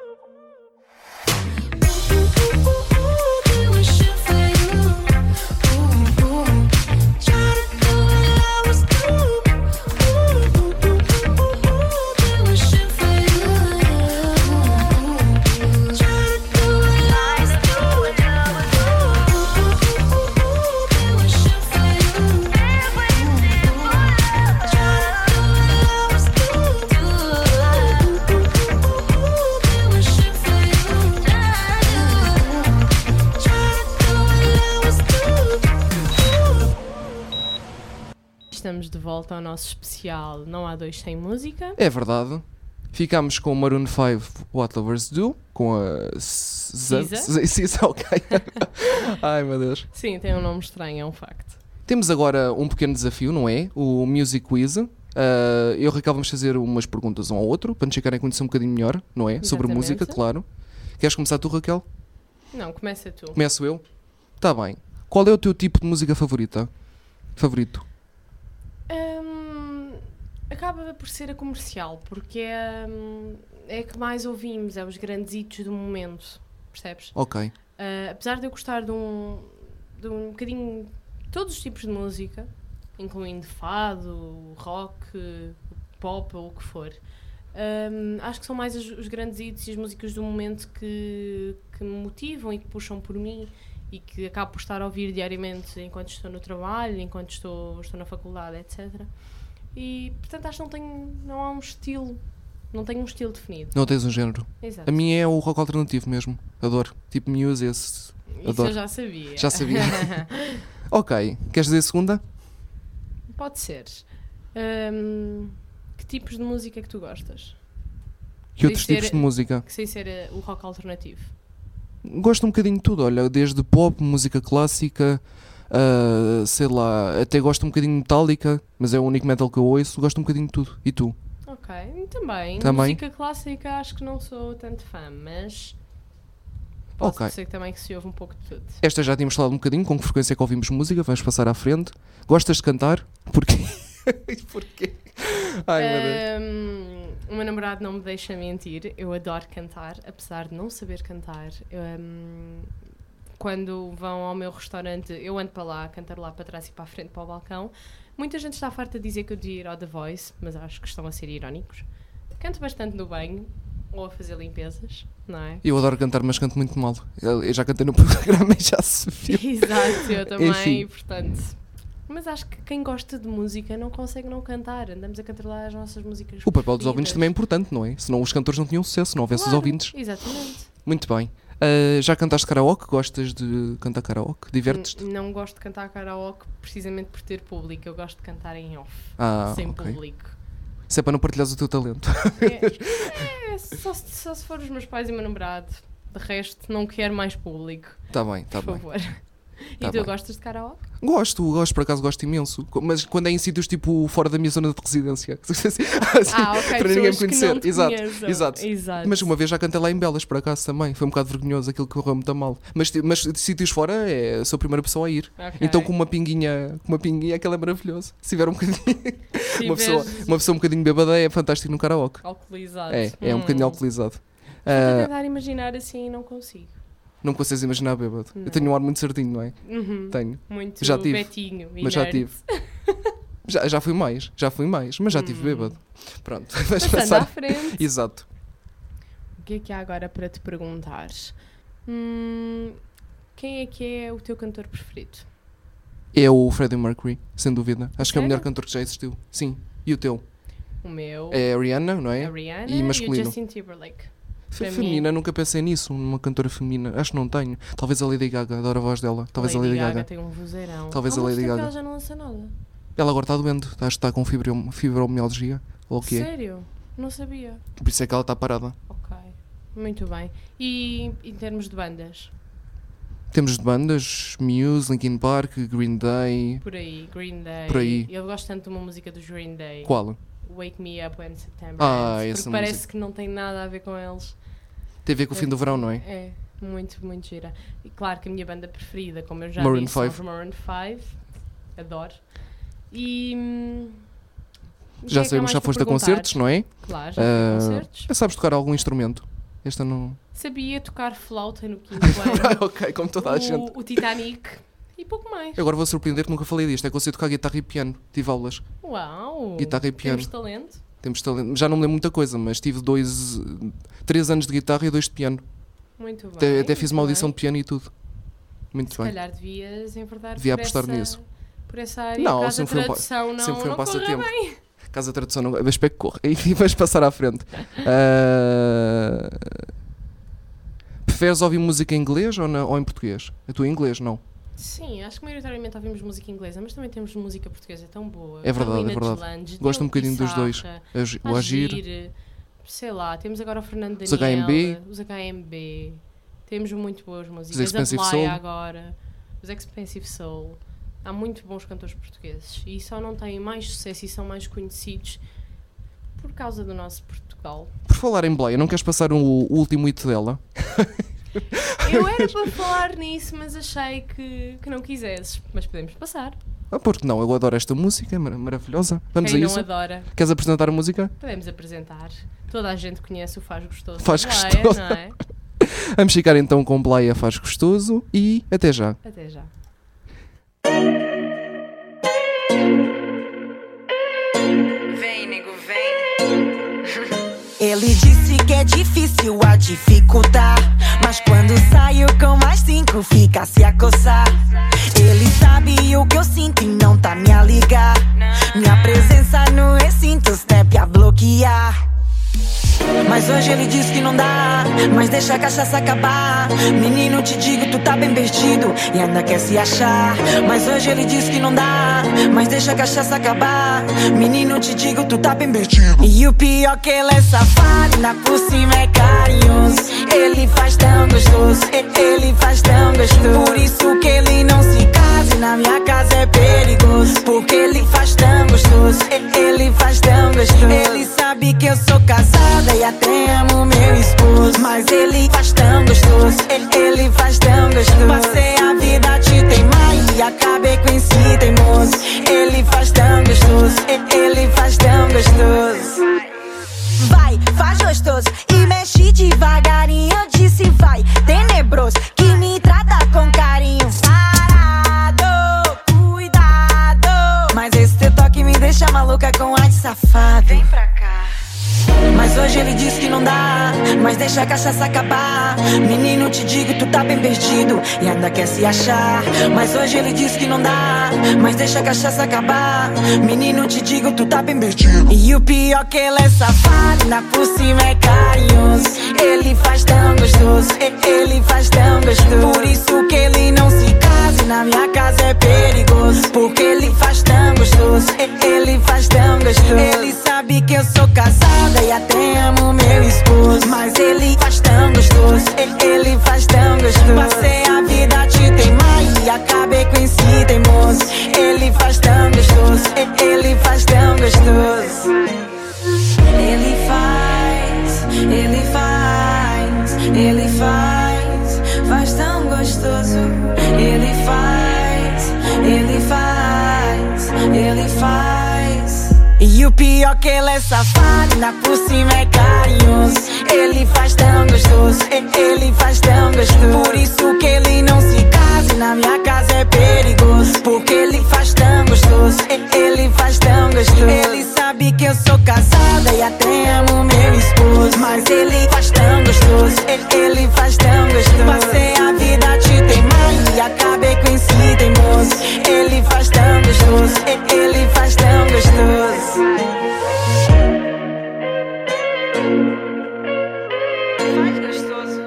Ooh, ooh, ooh, ooh, been wishing for you. Ooh, ooh. Try to do what lovers do. Ooh, ooh, ooh, ooh, ooh, been wishing for you. Ooh, ooh. Try to do what lovers do. Ooh, ooh, ooh, ooh, been wishing for you. Ooh, ooh. Try to do what lovers do. estamos de volta ao nosso especial Não Há Dois Sem Música. É verdade. Ficámos com o Maroon five, What Lovers Do, com a Cisa. Cisa, ok. Ai, meu Deus. Sim, tem um nome estranho, é um facto. Temos agora um pequeno desafio, não é? O Music Quiz. Uh, eu e o Raquel vamos fazer umas perguntas um ao outro, para nos chegarem a conhecer um bocadinho melhor, não é? Sobre Exatamente. música, claro. Queres começar tu, Raquel? Não, começa tu. Começo eu? Tá bem. Qual é o teu tipo de música favorita? Favorito? Hum, acaba por ser a comercial, porque é, hum, é a que mais ouvimos, é os grandes hits do momento, percebes? Ok. Uh, apesar de eu gostar de um, de um bocadinho todos os tipos de música, incluindo fado, rock, pop ou o que for, um, acho que são mais os, os grandes hits e as músicas do momento que, que me motivam e que puxam por mim e que acabo por estar a ouvir diariamente enquanto estou no trabalho, enquanto estou, estou na faculdade, etcétera. E portanto acho que não tenho, não há um estilo, não tenho um estilo definido. Não tens um género? Exato. A minha é o rock alternativo mesmo. Adoro. Tipo Muse, esse. Isso Adoro. eu já sabia. Já sabia. Ok. Queres dizer a segunda? Pode ser. Hum, que tipos de música é que tu gostas? Que Sem outros ser- tipos de música? Que sem ser eh, o rock alternativo. Gosto um bocadinho de tudo, olha, desde pop, música clássica, uh, sei lá, até gosto um bocadinho de Metallica, mas é o único metal que eu ouço, gosto um bocadinho de tudo. E tu? Ok, também. Também? Música clássica acho que não sou tanto fã, mas posso Ok. dizer que também que se ouve um pouco de tudo. Esta já tínhamos falado um bocadinho, com que frequência é que ouvimos música, vamos passar à frente. Gostas de cantar? Porquê? Porquê? Ai, meu Deus. Hum, o meu namorado não me deixa mentir, eu adoro cantar, apesar de não saber cantar. Hum, quando vão ao meu restaurante, eu ando para lá, cantar lá para trás e para a frente para o balcão. Muita gente está farta de dizer que eu devia ir ao The Voice, mas acho que estão a ser irónicos. Canto bastante no banho ou a fazer limpezas, não é? Eu adoro cantar, mas canto muito mal. Eu eu já cantei no programa e já se viu. Exato, eu também, Enfim. portanto. Mas acho que quem gosta de música não consegue não cantar. Andamos a cantar lá as nossas músicas. O papel dos ouvintes preferidas. também é importante, não é? Senão os cantores não tinham sucesso, não houvesse os Claro, ouvintes. Exatamente. Muito bem. Uh, já cantaste karaoke? Gostas de cantar karaoke? Divertes-te? N- Não gosto de cantar karaoke precisamente por ter público. Eu gosto de cantar em off, Ah, sem ok. público. Isso é para não partilhares o teu talento. É, é só, se- só se for os meus pais e o meu namorado. De resto, não quero mais público, Tá bem, tá por bem. favor. E Tá tu bem. gostas de karaoke? Gosto, gosto, por acaso gosto imenso. Co- Mas quando é em sítios tipo fora da minha zona de residência. Assim, Ah, ok. para ninguém me pessoas que conhecer. não te Exato, conheçam. exato. Exato. Mas uma vez já cantei lá em Belas, por acaso também. Foi um bocado vergonhoso aquilo que correu muito mal. Mas, ti- mas de sítios fora, é, sou a primeira pessoa a ir. Ok. Então com uma pinguinha, com uma pinguinha, aquilo é maravilhoso. Se tiver um bocadinho, Se uma, pessoa, tiveres uma pessoa um bocadinho bêbada é fantástico no karaoke. alcoolizado. É, é um Hum. bocadinho alcoolizado. Estou a Ah, tentar imaginar assim e não consigo. não consegues imaginar bêbado. Não. Eu tenho um ar muito certinho, não é? Uhum. Tenho. Muito Já tive, betinho e Mas já nerd. tive. Já, já fui mais, já fui mais, mas já tive Hum. bêbado. Pronto, vamos Passando à passar. frente. Exato. O que é que há agora para te perguntar? Hum, quem é que é o teu cantor preferido? É o Freddie Mercury, sem dúvida. Acho que é o melhor Sério? cantor que já existiu. Sim. E o teu? O meu, É a Rihanna, não é? a Rihanna e e, o masculino? Justin Timberlake. Fe- para Feminina, nunca pensei nisso, numa cantora feminina. Acho que não tenho. Talvez a Lady Gaga, adoro a voz dela. Talvez Lady a Lady Gaga Gaga. tem um vozeirão. Talvez Há a muito Lady tempo que Gaga. ela já não lança nada. Ela agora está doendo. Acho que está com fibrom- fibromialgia. Ou o que é? Sério? Não sabia. Por isso é que ela está parada. Ok. Muito bem. E em termos de bandas? Temos de bandas, Muse, Linkin Park, Green Day. Por aí, Green Day. Por aí. Eu gosto tanto de uma música dos Green Day. Qual? Wake Me Up When September Ah, Ends, essa porque parece música. que não tem nada a ver com eles. Tem a ver com o fim do verão, não é? É, muito, muito gira. E claro que a minha banda preferida, como eu já Maroon disse, são five. os Maroon five. Adoro. E... hum, o que Já é que há sabemos, mais já para foste a perguntar? concertos, não é? Claro, já fui Ah, a concertos. já sabes tocar algum instrumento? Esta não. Sabia tocar flauta no quinto ano. Ok, como toda a gente. o, o Titanic e pouco mais. Agora vou surpreender que nunca falei disto. É que eu sei tocar guitarra e piano. Tive aulas. Uau! Guitarra e piano. Temos talento. Temos talento. Já não me lembro muita coisa, mas tive dois, três anos de guitarra e dois de piano. Muito bem. Até, até fiz uma muito audição bem. de piano e tudo. Muito Se bem. calhar devias enverdar Devia por apostar essa, nisso. por essa área. Não, caso sempre a foi um pa- tradução não, sempre foi um não corra passatempo. bem. Caso a tradução não. Eu espero que corra. Enfim, vamos passar à frente. Ah, preferes ouvir música em inglês ou, na- ou em português? A tua em inglês, não? Sim, acho que maioritariamente ouvimos música inglesa, mas também temos música portuguesa tão boa. É verdade, Carolina é verdade. Deslandes, Gosto um Diogo bocadinho dos dois. Pissarra, Agi- O Agir, Agir, sei lá, temos agora o Fernando Os H M B. Daniel, os H M B, temos muito boas músicas, Os Expensive a Playa Soul. agora, os Expensive Soul, há muito bons cantores portugueses e só não têm mais sucesso e são mais conhecidos por causa do nosso Portugal. Por falar em Bleia, não queres passar o, o último hit dela? Eu era para falar nisso, mas achei que, que não quisesses, mas podemos passar. Ah, porque não? Eu adoro esta música, é mar- maravilhosa. Vamos Quem a não isso? adora, Queres apresentar a música? podemos apresentar. Toda a gente conhece o Faz Gostoso. Faz da Bleia, Gostoso. não é? Vamos ficar então com Bleia Faz Gostoso e até já. Até já. Vem, nego, vem. Ele disse que é difícil a dificultar, mas quando saio com mais cinco fica a se acossar. Ele sabe o que eu sinto e não tá me a ligar. Minha presença no recinto step a bloquear. Mas hoje ele diz que não dá, mas deixa a cachaça acabar. Menino, te digo, tu tá bem perdido e ainda quer se achar. Mas hoje ele diz que não dá, mas deixa a cachaça acabar. Menino, te digo, tu tá bem perdido. E o pior que ele é safado, ainda por cima é carinhoso. Ele faz tão gostoso, e- ele faz tão gostoso. Por isso que ele não se casa e na minha casa é perigoso. Porque ele faz tão gostoso, e- ele faz tão gostoso. Ele sabe que eu sou casada e até amo meu esposo, mas ele faz tão gostoso, ele, ele faz tão gostoso. Passei a vida a te teimar e acabei com esse teimoso. Ele faz tão gostoso, ele, ele faz tão gostoso. Vai, faz gostoso e mexe devagarinho. Eu disse vai, tenebroso, que me trata com carinho. Parado, cuidado, mas esse teu toque me deixa maluca com ar de safado. Vem pra cá. Mas hoje ele diz que não dá, mas deixa a cachaça acabar. Menino, te digo, tu tá bem perdido e ainda quer se achar. Mas hoje ele diz que não dá, mas deixa a cachaça acabar. Menino, te digo, tu tá bem perdido. E o pior que ele é safado, ainda por cima é carinhoso. Ele faz tão gostoso, e- ele faz tão gostoso. Por isso que ele não se casa e na minha casa é perigoso. Porque ele faz tão gostoso, e- ele faz tão gostoso. Ele sabe que eu sou casada e até amo meu esposo, mas ele faz tão gostoso, e- ele faz tão gostoso. Passei a vida a te teimar e acabei com esse teimoso. Ele faz tão gostoso, e- ele faz tão gostoso. Ele faz, ele faz, ele faz, faz tão gostoso. Ele faz, ele faz, ele faz. E o pior que ele é safado, ainda por cima é carinhoso. Ele faz tão gostoso, e- ele faz tão gostoso. Por isso que ele não se casa e na minha casa é perigoso. Porque ele faz tão gostoso, e- ele faz tão gostoso. Ele sabe que eu sou casada e até amo meu esposo, mas ele faz tão gostoso, e- ele faz tão gostoso. Passei a vida a te teimar e acabei com esse teimoso. Ele faz tão gostoso, e- ele faz tão gostoso. Faz gostoso.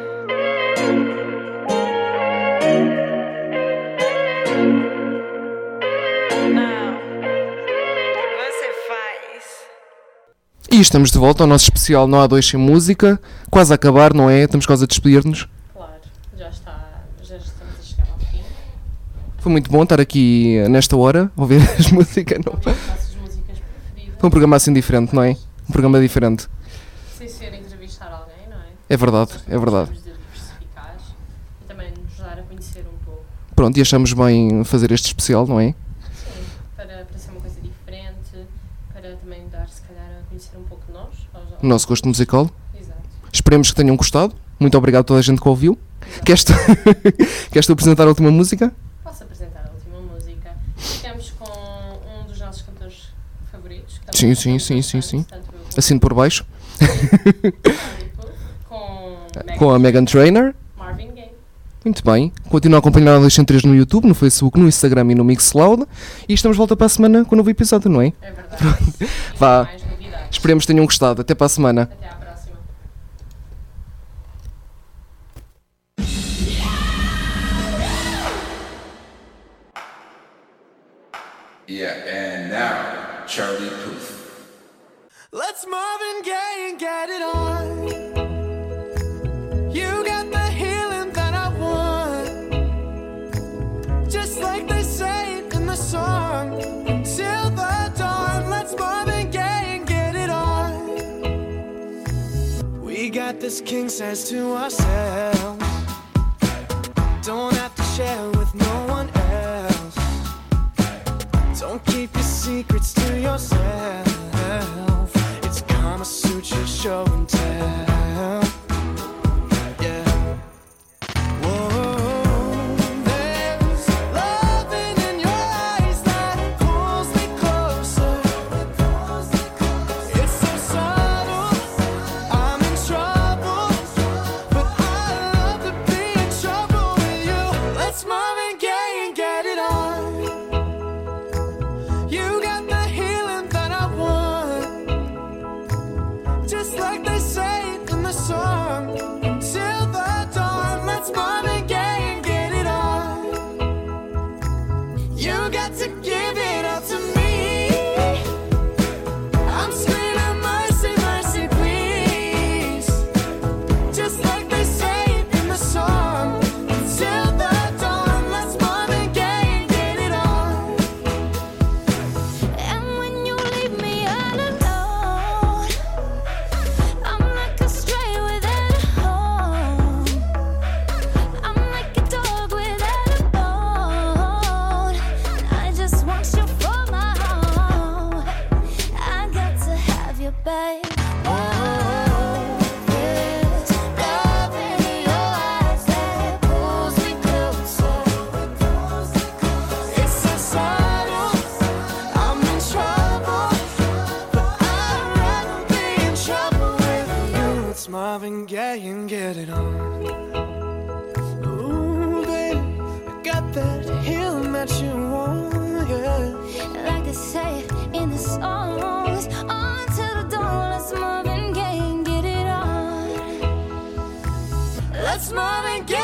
Não, você faz. E estamos de volta ao nosso especial Não Há Dois Sem Música. Quase a acabar, não é? Estamos quase a despedir-nos. Claro, já está, já estamos a chegar ao fim. Foi muito bom estar aqui eh, nesta hora, a ouvir as músicas. Não. Ouvir as nossas músicas preferidas. Foi um programa assim diferente, não é? Um programa diferente. Sem ser entrevistar alguém, não é? É verdade, Nós é verdade. gostamos de diversificar e também nos dar a conhecer um pouco. Pronto, e achamos bem fazer este especial, não é? Sim, para, para ser uma coisa diferente, para também dar, se calhar, a conhecer um pouco de nós. aos- aos- O nosso gosto musical. Exato. Esperemos que tenham gostado. Muito obrigado a toda a gente que ouviu. Queres tu, Queres tu apresentar a última música? Posso apresentar a última música. Ficamos com um dos nossos cantores favoritos. que Sim, também sim, gostamos sim, sim, bastante, sim. tanto eu como Assino por baixo. o com Com a Meghan Trainor. Marvin Gaye. Muito bem. Continua a acompanhar a Lixem três no YouTube, no Facebook, no Instagram e no Mixcloud. E estamos de volta para a semana com um novo episódio, não é? É verdade. E Vá. mais novidades. Esperemos que tenham gostado. Até para a semana. Até à próxima. Marvin Gaye and get it on. You got the healing that I want, just like they say it in the song. Till the dawn, let's Marvin Gaye and get it on. We got this king size to ourselves, don't have to share with no one else. Don't keep your secrets to yourself. It's Kama Sutra show and tell. Yeah. Whoa, there's loving in your eyes that pulls me closer. It's so subtle, I'm in trouble, but I love to be in trouble with you. Let's Marvin Gaye and get it on. You got the healing that I want, just like they say it in the song. Till the dawn, let's Marvin Gaye and get it on. You got to give it up to me. I'm screaming mercy, mercy, please, just like they say it in the song. Till the dawn, let's Marvin Gaye and get it on. And when you leave me all alone, I'm like a stray without a home. I'm like a dog without a bone. I just want you for my home. I got to have you, babe. Oh, there's love in your eyes that pulls me closer. It's so subtle, I'm in trouble, but I'd rather be in trouble with you. It's Marvin Gaye and get it on. Ooh, baby, I got that healing that you want, yeah. Like they say in the songs, until the dawn, let's Marvin Gaye and get it on. Let's Marvin Gaye